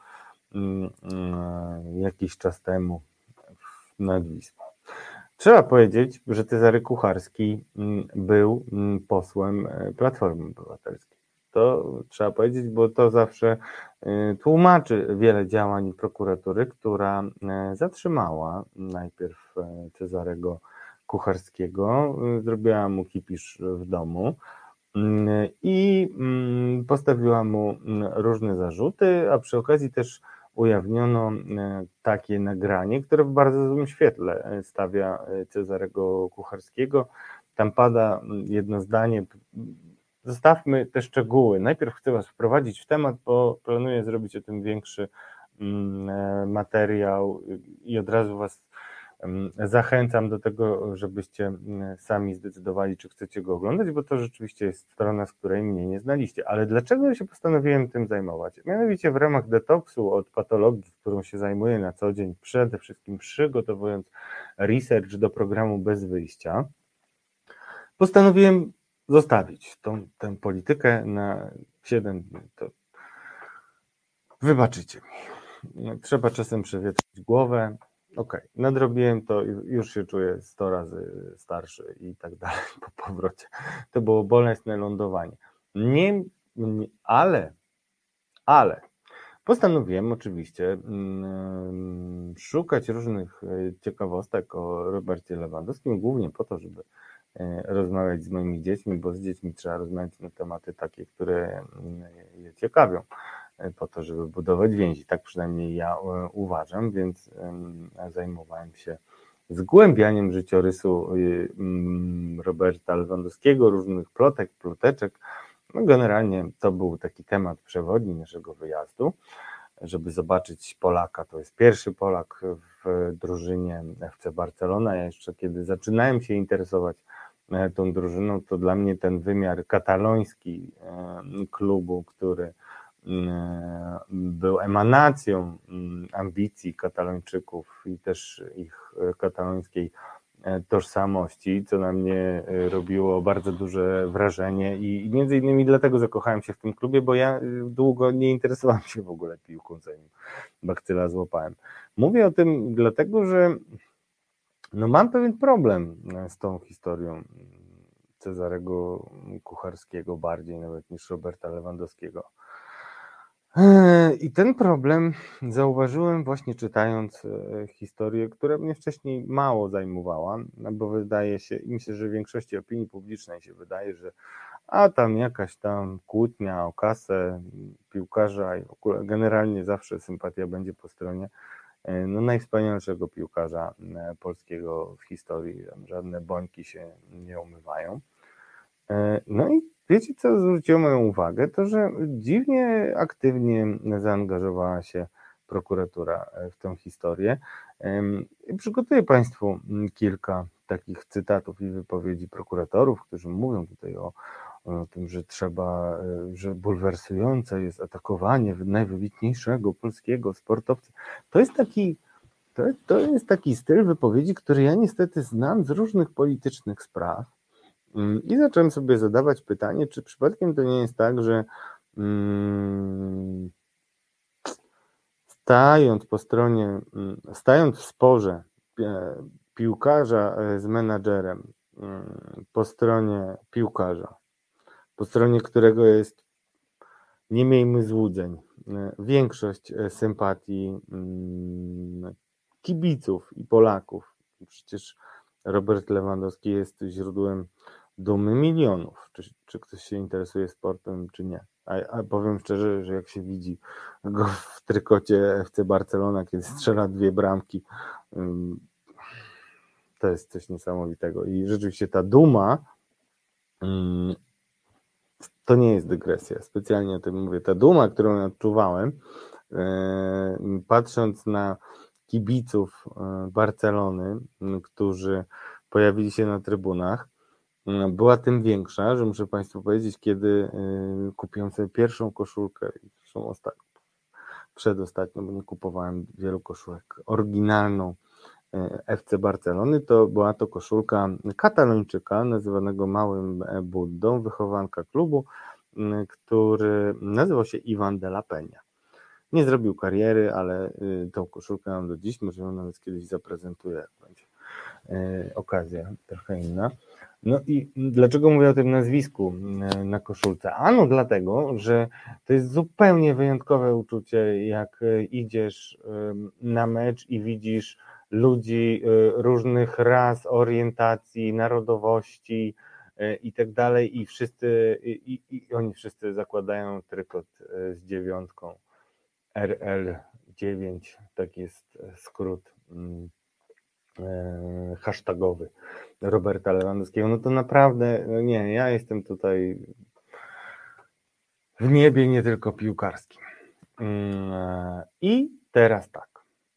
jakiś czas temu nad Wisłą? Trzeba powiedzieć, że Cezary Kucharski był posłem Platformy Obywatelskiej. To trzeba powiedzieć, bo to zawsze tłumaczy wiele działań prokuratury, która zatrzymała najpierw Cezarego Kucharskiego, zrobiła mu kipisz w domu i postawiła mu różne zarzuty, a przy okazji też ujawniono takie nagranie, które w bardzo złym świetle stawia Cezarego Kucharskiego. Tam pada jedno zdanie. Zostawmy te szczegóły. Najpierw chcę Was wprowadzić w temat, bo planuję zrobić o tym większy materiał i od razu Was zachęcam do tego, żebyście sami zdecydowali, czy chcecie go oglądać, bo to rzeczywiście jest strona, z której mnie nie znaliście. Ale dlaczego się postanowiłem tym zajmować? Mianowicie w ramach detoksu od patologii, którą się zajmuję na co dzień, przede wszystkim przygotowując research do programu Bez Wyjścia, postanowiłem zostawić tą, tę politykę na siedem dni. To wybaczycie mi. Trzeba czasem przewietrzyć głowę. Okej, okay. Nadrobiłem to, już się czuję sto razy starszy i tak dalej po powrocie. To było bolesne lądowanie. Nie, nie ale, ale postanowiłem oczywiście um, szukać różnych ciekawostek o Robercie Lewandowskim, głównie po to, żeby rozmawiać z moimi dziećmi, bo z dziećmi trzeba rozmawiać na tematy takie, które je ciekawią, po to, żeby budować więzi. Tak przynajmniej ja uważam, więc zajmowałem się zgłębianiem życiorysu Roberta Lewandowskiego, różnych plotek, ploteczek No generalnie to był taki temat przewodni naszego wyjazdu, żeby zobaczyć Polaka. To jest pierwszy Polak w drużynie F C Barcelona. Ja jeszcze kiedy zaczynałem się interesować tą drużyną, to dla mnie ten wymiar kataloński klubu, który był emanacją ambicji Katalończyków i też ich katalońskiej tożsamości, co na mnie robiło bardzo duże wrażenie i między innymi dlatego zakochałem się w tym klubie, bo ja długo nie interesowałem się w ogóle piłką, zanim bakcyla złapałem. Mówię o tym dlatego, że no mam pewien problem z tą historią Cezarego Kucharskiego, bardziej nawet niż Roberta Lewandowskiego. I ten problem zauważyłem właśnie czytając historię, która mnie wcześniej mało zajmowała, bo wydaje się, i myślę, że w większości opinii publicznej się wydaje, że a tam jakaś tam kłótnia o kasę piłkarza i w ogóle generalnie zawsze sympatia będzie po stronie no, najwspanialszego piłkarza polskiego w historii. Żadne bońki się nie umywają. No i wiecie, co zwróciło moją uwagę? To, że dziwnie aktywnie zaangażowała się prokuratura w tę historię. Przygotuję Państwu kilka takich cytatów i wypowiedzi prokuratorów, którzy mówią tutaj o, o tym, że trzeba, że bulwersujące jest atakowanie najwybitniejszego polskiego sportowca. To jest taki, to, to jest taki styl wypowiedzi, który ja niestety znam z różnych politycznych spraw. I zacząłem sobie zadawać pytanie, czy przypadkiem to nie jest tak, że um, stając po stronie, um, stając w sporze e, piłkarza z menadżerem, um, po stronie piłkarza, po stronie którego jest, nie miejmy złudzeń, e, większość sympatii um, kibiców i Polaków. Przecież Robert Lewandowski jest źródłem dumy milionów. Czy, czy ktoś się interesuje sportem, czy nie. A, a powiem szczerze, że jak się widzi go w trykocie F C Barcelona, kiedy strzela dwie bramki, um, to jest coś niesamowitego. I rzeczywiście ta duma um, to nie jest dygresja. Specjalnie o tym mówię. Ta duma, którą odczuwałem, e, patrząc na kibiców Barcelony, którzy pojawili się na trybunach, była tym większa, że muszę Państwu powiedzieć, kiedy kupiłem sobie pierwszą koszulkę, zresztą ostatnio, przedostatnio, bo nie kupowałem wielu koszulek, oryginalną F C Barcelony, to była to koszulka Katalończyka, nazywanego Małym Buddą, wychowanka klubu, który nazywał się Iwan de la Peña. Nie zrobił kariery, ale y, tą koszulkę mam do dziś, może ją nawet kiedyś zaprezentuję, jak będzie y, okazja trochę inna. No i dlaczego mówię o tym nazwisku y, na koszulce? Ano dlatego, że to jest zupełnie wyjątkowe uczucie, jak y, idziesz y, na mecz i widzisz ludzi y, różnych ras, orientacji, narodowości y, i tak dalej i wszyscy, i, i oni wszyscy zakładają trykot y, z dziewiątką. R L dziewięć, tak jest skrót e, hashtagowy Roberta Lewandowskiego. No to naprawdę, no nie, ja jestem tutaj w niebie nie tylko piłkarskim. I teraz tak.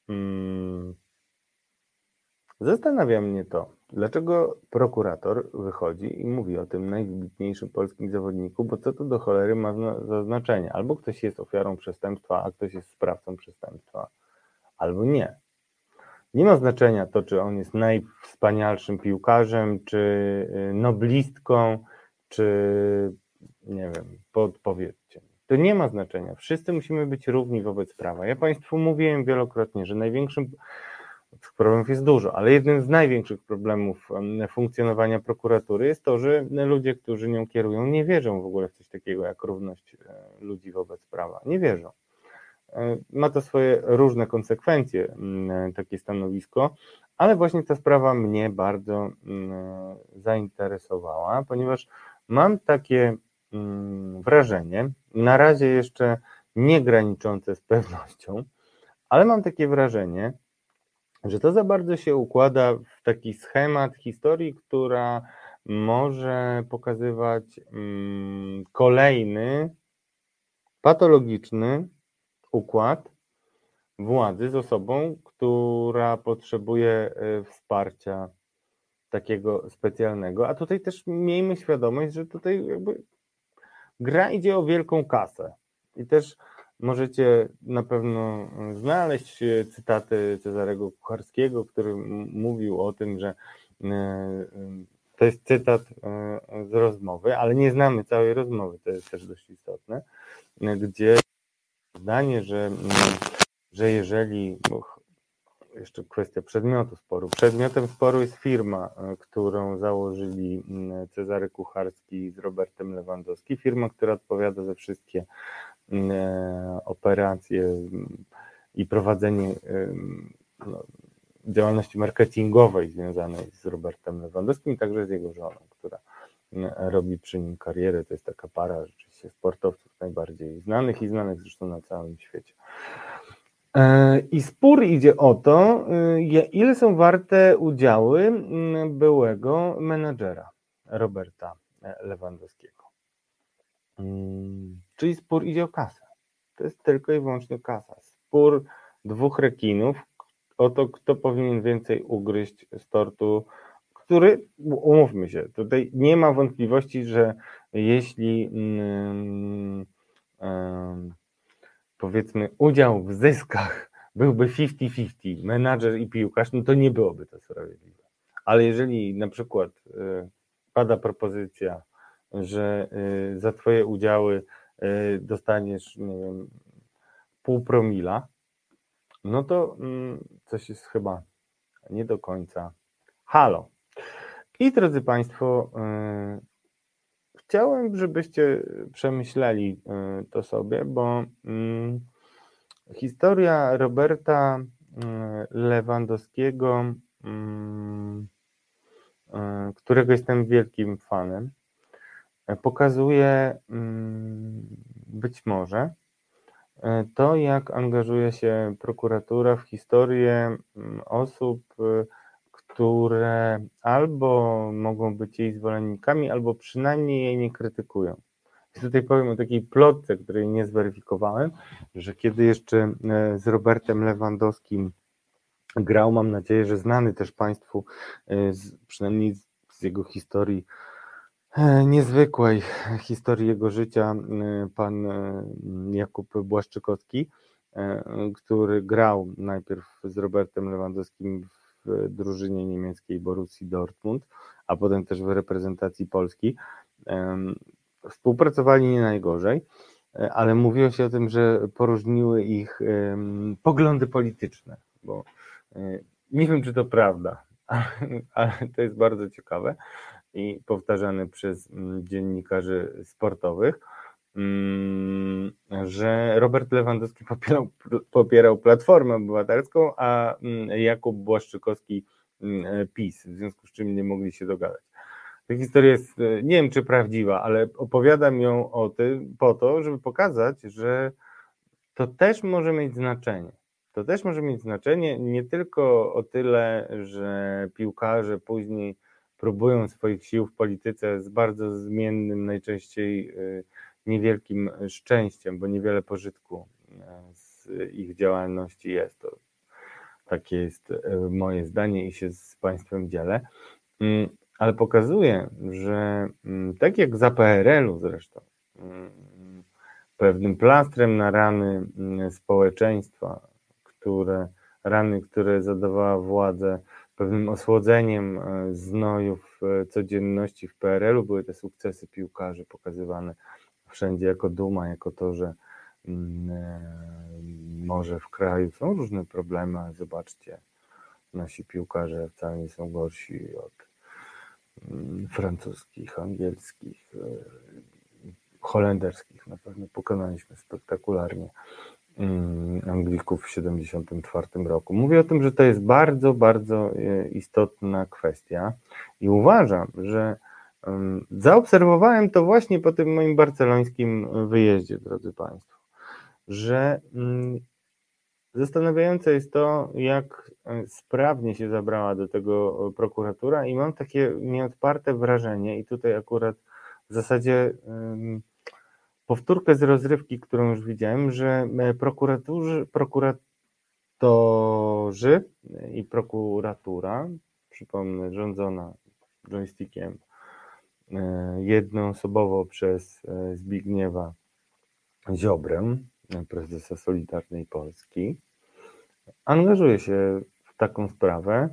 Zastanawia mnie to, dlaczego prokurator wychodzi i mówi o tym najwybitniejszym polskim zawodniku, bo co to do cholery ma za znaczenie? Albo ktoś jest ofiarą przestępstwa, a ktoś jest sprawcą przestępstwa, albo nie. Nie ma znaczenia to, czy on jest najwspanialszym piłkarzem, czy noblistką, czy nie wiem, podpowiedzcie. To nie ma znaczenia. Wszyscy musimy być równi wobec prawa. Ja Państwu mówiłem wielokrotnie, że największym problemów jest dużo, ale jednym z największych problemów funkcjonowania prokuratury jest to, że ludzie, którzy nią kierują, nie wierzą w ogóle w coś takiego jak równość ludzi wobec prawa. Nie wierzą. Ma to swoje różne konsekwencje, takie stanowisko, ale właśnie ta sprawa mnie bardzo zainteresowała, ponieważ mam takie wrażenie, na razie jeszcze nie graniczące z pewnością, ale mam takie wrażenie, że to za bardzo się układa w taki schemat historii, która może pokazywać mm, kolejny patologiczny układ władzy z osobą, która potrzebuje y, wsparcia takiego specjalnego, a tutaj też miejmy świadomość, że tutaj jakby gra idzie o wielką kasę i też możecie na pewno znaleźć cytaty Cezarego Kucharskiego, który m- mówił o tym, że y, y, to jest cytat y, z rozmowy, ale nie znamy całej rozmowy, to jest też dość istotne, y, gdzie zdanie, że, y, że jeżeli, bo ch- jeszcze kwestia przedmiotu sporu, przedmiotem sporu jest firma, y, którą założyli y, Cezary Kucharski z Robertem Lewandowskim, firma, która odpowiada za wszystkie y, operacje y, i prowadzenie y, no, działalności marketingowej związanej z Robertem Lewandowskim, także z jego żoną, która y, robi przy nim karierę. To jest taka para rzeczywiście sportowców najbardziej znanych i znanych zresztą na całym świecie. E, I spór idzie o to, y, je- ile są warte udziały y, byłego menadżera Roberta e, Lewandowskiego. Mm, Czyli spór idzie o kasę. To jest tylko i wyłącznie kasa. Spór dwóch rekinów o to, kto powinien więcej ugryźć z tortu, który, umówmy się, tutaj nie ma wątpliwości, że jeśli mm, em, powiedzmy udział w zyskach byłby pięćdziesiąt pięćdziesiąt, menadżer i piłkarz, no to nie byłoby to sprawiedliwe. Ale jeżeli na przykład y, pada propozycja, że y, za twoje udziały y, dostaniesz, nie wiem, pół promila, no to mm, coś jest chyba nie do końca halo. I drodzy Państwo, y, chciałem, żebyście przemyśleli y, to sobie, bo y, historia Roberta y, Lewandowskiego, y, y, którego jestem wielkim fanem, y, pokazuje y, być może y, to, jak angażuje się prokuratura w historię y, osób, y, które albo mogą być jej zwolennikami, albo przynajmniej jej nie krytykują. I tutaj powiem o takiej plotce, której nie zweryfikowałem, że kiedy jeszcze e, z Robertem Lewandowskim grał, mam nadzieję, że znany też Państwu, e, z, przynajmniej z, z jego historii, e, niezwykłej historii jego życia, e, pan e, Jakub Błaszczykowski, e, który grał najpierw z Robertem Lewandowskim w drużynie niemieckiej Borussii Dortmund, a potem też w reprezentacji Polski. E, Współpracowali nie najgorzej, ale mówiło się o tym, że poróżniły ich um, poglądy polityczne, bo um, nie wiem, czy to prawda, ale, ale to jest bardzo ciekawe i powtarzane przez um, dziennikarzy sportowych, um, że Robert Lewandowski popierał, popierał Platformę Obywatelską, a um, Jakub Błaszczykowski um, PiS, w związku z czym nie mogli się dogadać. Ta historia jest, nie wiem czy prawdziwa, ale opowiadam ją o tym po to, żeby pokazać, że to też może mieć znaczenie. To też może mieć znaczenie nie tylko o tyle, że piłkarze później próbują swoich sił w polityce z bardzo zmiennym, najczęściej niewielkim szczęściem, bo niewiele pożytku z ich działalności jest. To takie jest moje zdanie i się z Państwem dzielę. Ale pokazuje, że tak jak za P R L u zresztą, pewnym plastrem na rany społeczeństwa, które, rany, które zadawała władza, pewnym osłodzeniem znojów codzienności w P R L u były te sukcesy piłkarzy pokazywane wszędzie jako duma, jako to, że może w kraju są różne problemy, ale zobaczcie, nasi piłkarze wcale nie są gorsi od francuskich, angielskich, holenderskich. Na pewno pokonaliśmy spektakularnie Anglików w siedemdziesiątym czwartym roku. Mówię o tym, że to jest bardzo, bardzo istotna kwestia i uważam, że zaobserwowałem to właśnie po tym moim barcelońskim wyjeździe, drodzy Państwo, że Zastanawiające jest to, jak sprawnie się zabrała do tego prokuratura i mam takie nieodparte wrażenie i tutaj akurat w zasadzie um, powtórkę z rozrywki, którą już widziałem, że prokuratorzy, prokuratorzy i prokuratura, przypomnę, rządzona joystickiem jednoosobowo przez Zbigniewa Ziobrę, prezesa Solidarnej Polski, angażuje się w taką sprawę,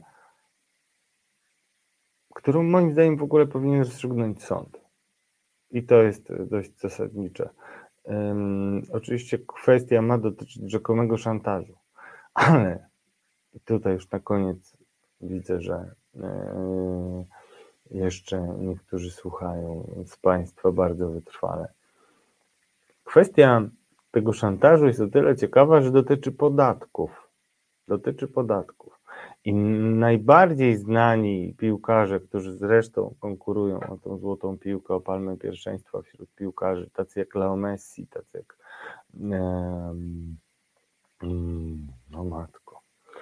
którą moim zdaniem w ogóle powinien rozstrzygnąć sąd. I to jest dość zasadnicze. Um, oczywiście kwestia ma dotyczyć rzekomego szantażu, ale tutaj już na koniec widzę, że yy, jeszcze niektórzy słuchają z Państwa bardzo wytrwale. Kwestia tego szantażu jest o tyle ciekawa, że dotyczy podatków. Dotyczy podatków. I najbardziej znani piłkarze, którzy zresztą konkurują o tą złotą piłkę, o palmę pierwszeństwa wśród piłkarzy, tacy jak Leo Messi, tacy jak um, um, no matko.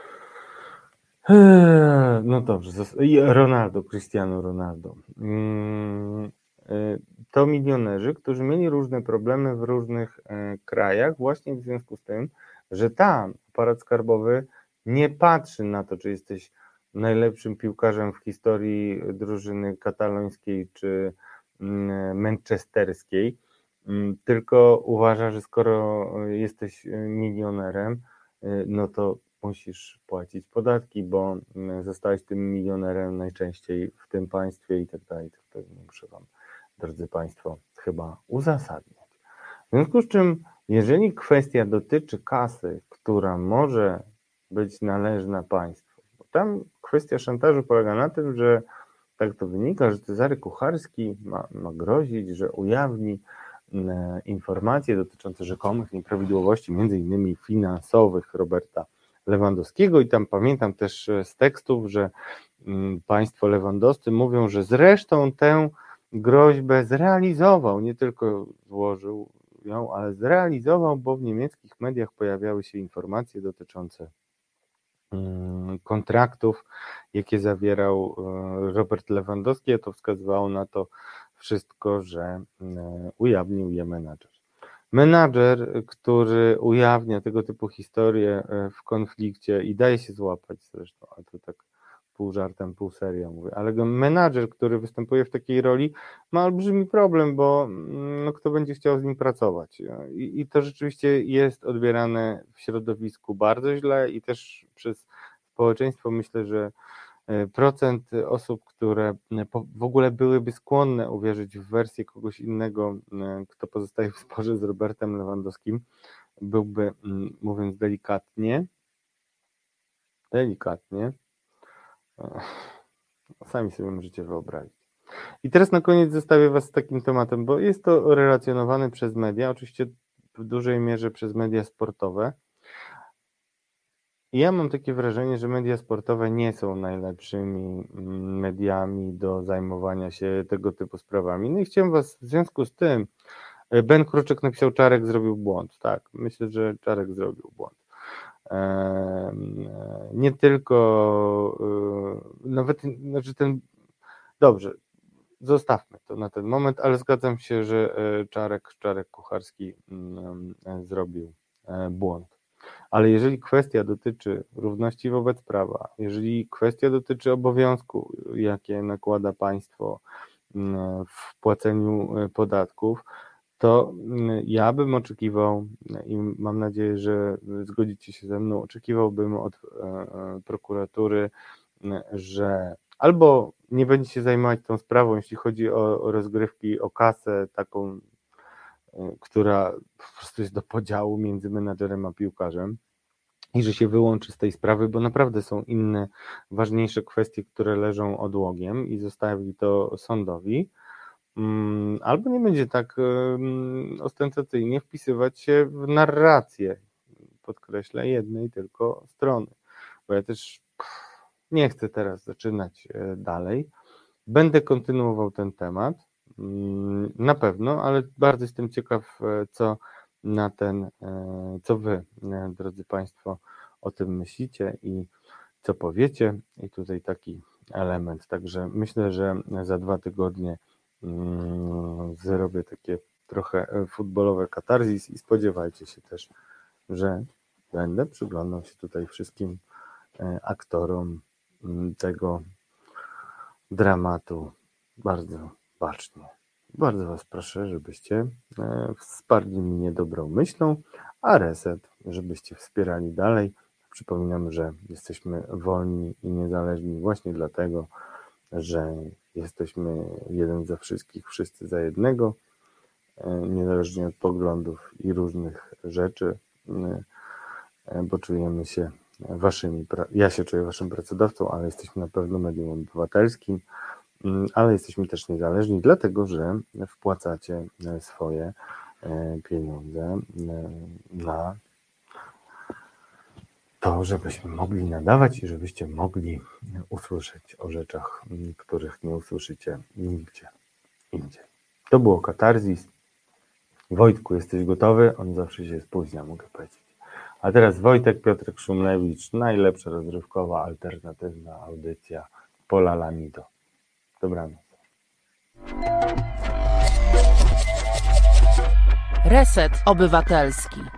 Eee, no dobrze, i Ronaldo, Cristiano Ronaldo. Um, to milionerzy, którzy mieli różne problemy w różnych e, krajach, właśnie w związku z tym, że tam aparat skarbowy nie patrzy na to, czy jesteś najlepszym piłkarzem w historii drużyny katalońskiej czy mm, manchesterskiej, mm, tylko uważa, że skoro jesteś milionerem, y, no to musisz płacić podatki, bo mm, zostałeś tym milionerem najczęściej w tym państwie i tak dalej. To nie muszę Wam, drodzy Państwo, chyba uzasadniać. W związku z czym, jeżeli kwestia dotyczy kasy, która może być należna państwu, bo tam kwestia szantażu polega na tym, że tak to wynika, że Cezary Kucharski ma, ma grozić, że ujawni e, informacje dotyczące rzekomych nieprawidłowości, między innymi finansowych Roberta Lewandowskiego i tam pamiętam też z tekstów, że m, państwo lewandowscy mówią, że zresztą tę groźbę zrealizował, nie tylko złożył ją, ale zrealizował, bo w niemieckich mediach pojawiały się informacje dotyczące kontraktów, jakie zawierał Robert Lewandowski, a to wskazywało na to wszystko, że ujawnił je menadżer. Menadżer, który ujawnia tego typu historie w konflikcie i daje się złapać zresztą, a to tak pół żartem, pół serio mówię, ale menadżer, który występuje w takiej roli, ma olbrzymi problem, bo no, kto będzie chciał z nim pracować. I, I to rzeczywiście jest odbierane w środowisku bardzo źle i też przez społeczeństwo myślę, że procent osób, które w ogóle byłyby skłonne uwierzyć w wersję kogoś innego, kto pozostaje w sporze z Robertem Lewandowskim, byłby, mówiąc delikatnie, delikatnie, sami sobie możecie wyobrazić. I teraz na koniec zostawię Was z takim tematem, bo jest to relacjonowane przez media, oczywiście w dużej mierze przez media sportowe. I ja mam takie wrażenie, że media sportowe nie są najlepszymi mediami do zajmowania się tego typu sprawami. No i chciałem Was w związku z tym, Ben Kruczek napisał, Czarek zrobił błąd. Tak, myślę, że Czarek zrobił błąd. Nie tylko, nawet, znaczy ten, dobrze, zostawmy to na ten moment, ale zgadzam się, że Czarek, Czarek Kucharski zrobił błąd. Ale jeżeli kwestia dotyczy równości wobec prawa, jeżeli kwestia dotyczy obowiązku, jakie nakłada państwo w płaceniu podatków, to ja bym oczekiwał i mam nadzieję, że zgodzicie się ze mną, oczekiwałbym od prokuratury, że albo nie będzie się zajmować tą sprawą, jeśli chodzi o, o rozgrywki, o kasę taką, która po prostu jest do podziału między menadżerem a piłkarzem i że się wyłączy z tej sprawy, bo naprawdę są inne, ważniejsze kwestie, które leżą odłogiem i zostawi to sądowi. Albo nie będzie tak ostentacyjnie wpisywać się w narrację, podkreślę, jednej tylko strony, bo ja też nie chcę teraz zaczynać dalej, będę kontynuował ten temat, na pewno, ale bardzo jestem ciekaw, co na ten, co wy, drodzy Państwo, o tym myślicie i co powiecie. I tutaj taki element. Także myślę, że za dwa tygodnie zrobię takie trochę futbolowe katarzis i spodziewajcie się też, że będę przyglądał się tutaj wszystkim aktorom tego dramatu bardzo bacznie. Bardzo Was proszę, żebyście wsparli mnie dobrą myślą, a Reset, żebyście wspierali dalej. Przypominam, że jesteśmy wolni i niezależni właśnie dlatego, że jesteśmy jeden za wszystkich, wszyscy za jednego, niezależnie od poglądów i różnych rzeczy, bo czujemy się waszymi, ja się czuję waszym pracodawcą, ale jesteśmy na pewno medium obywatelskim, ale jesteśmy też niezależni, dlatego że wpłacacie swoje pieniądze na to, żebyśmy mogli nadawać i żebyście mogli usłyszeć o rzeczach, których nie usłyszycie nigdzie indziej. To było katarzis. Wojtku, jesteś gotowy? On zawsze się spóźnia, mogę powiedzieć. A teraz Wojtek Piotrek Szumlewicz, najlepsza rozrywkowa, alternatywna audycja Pola Lamido. Dobranoc. Reset Obywatelski.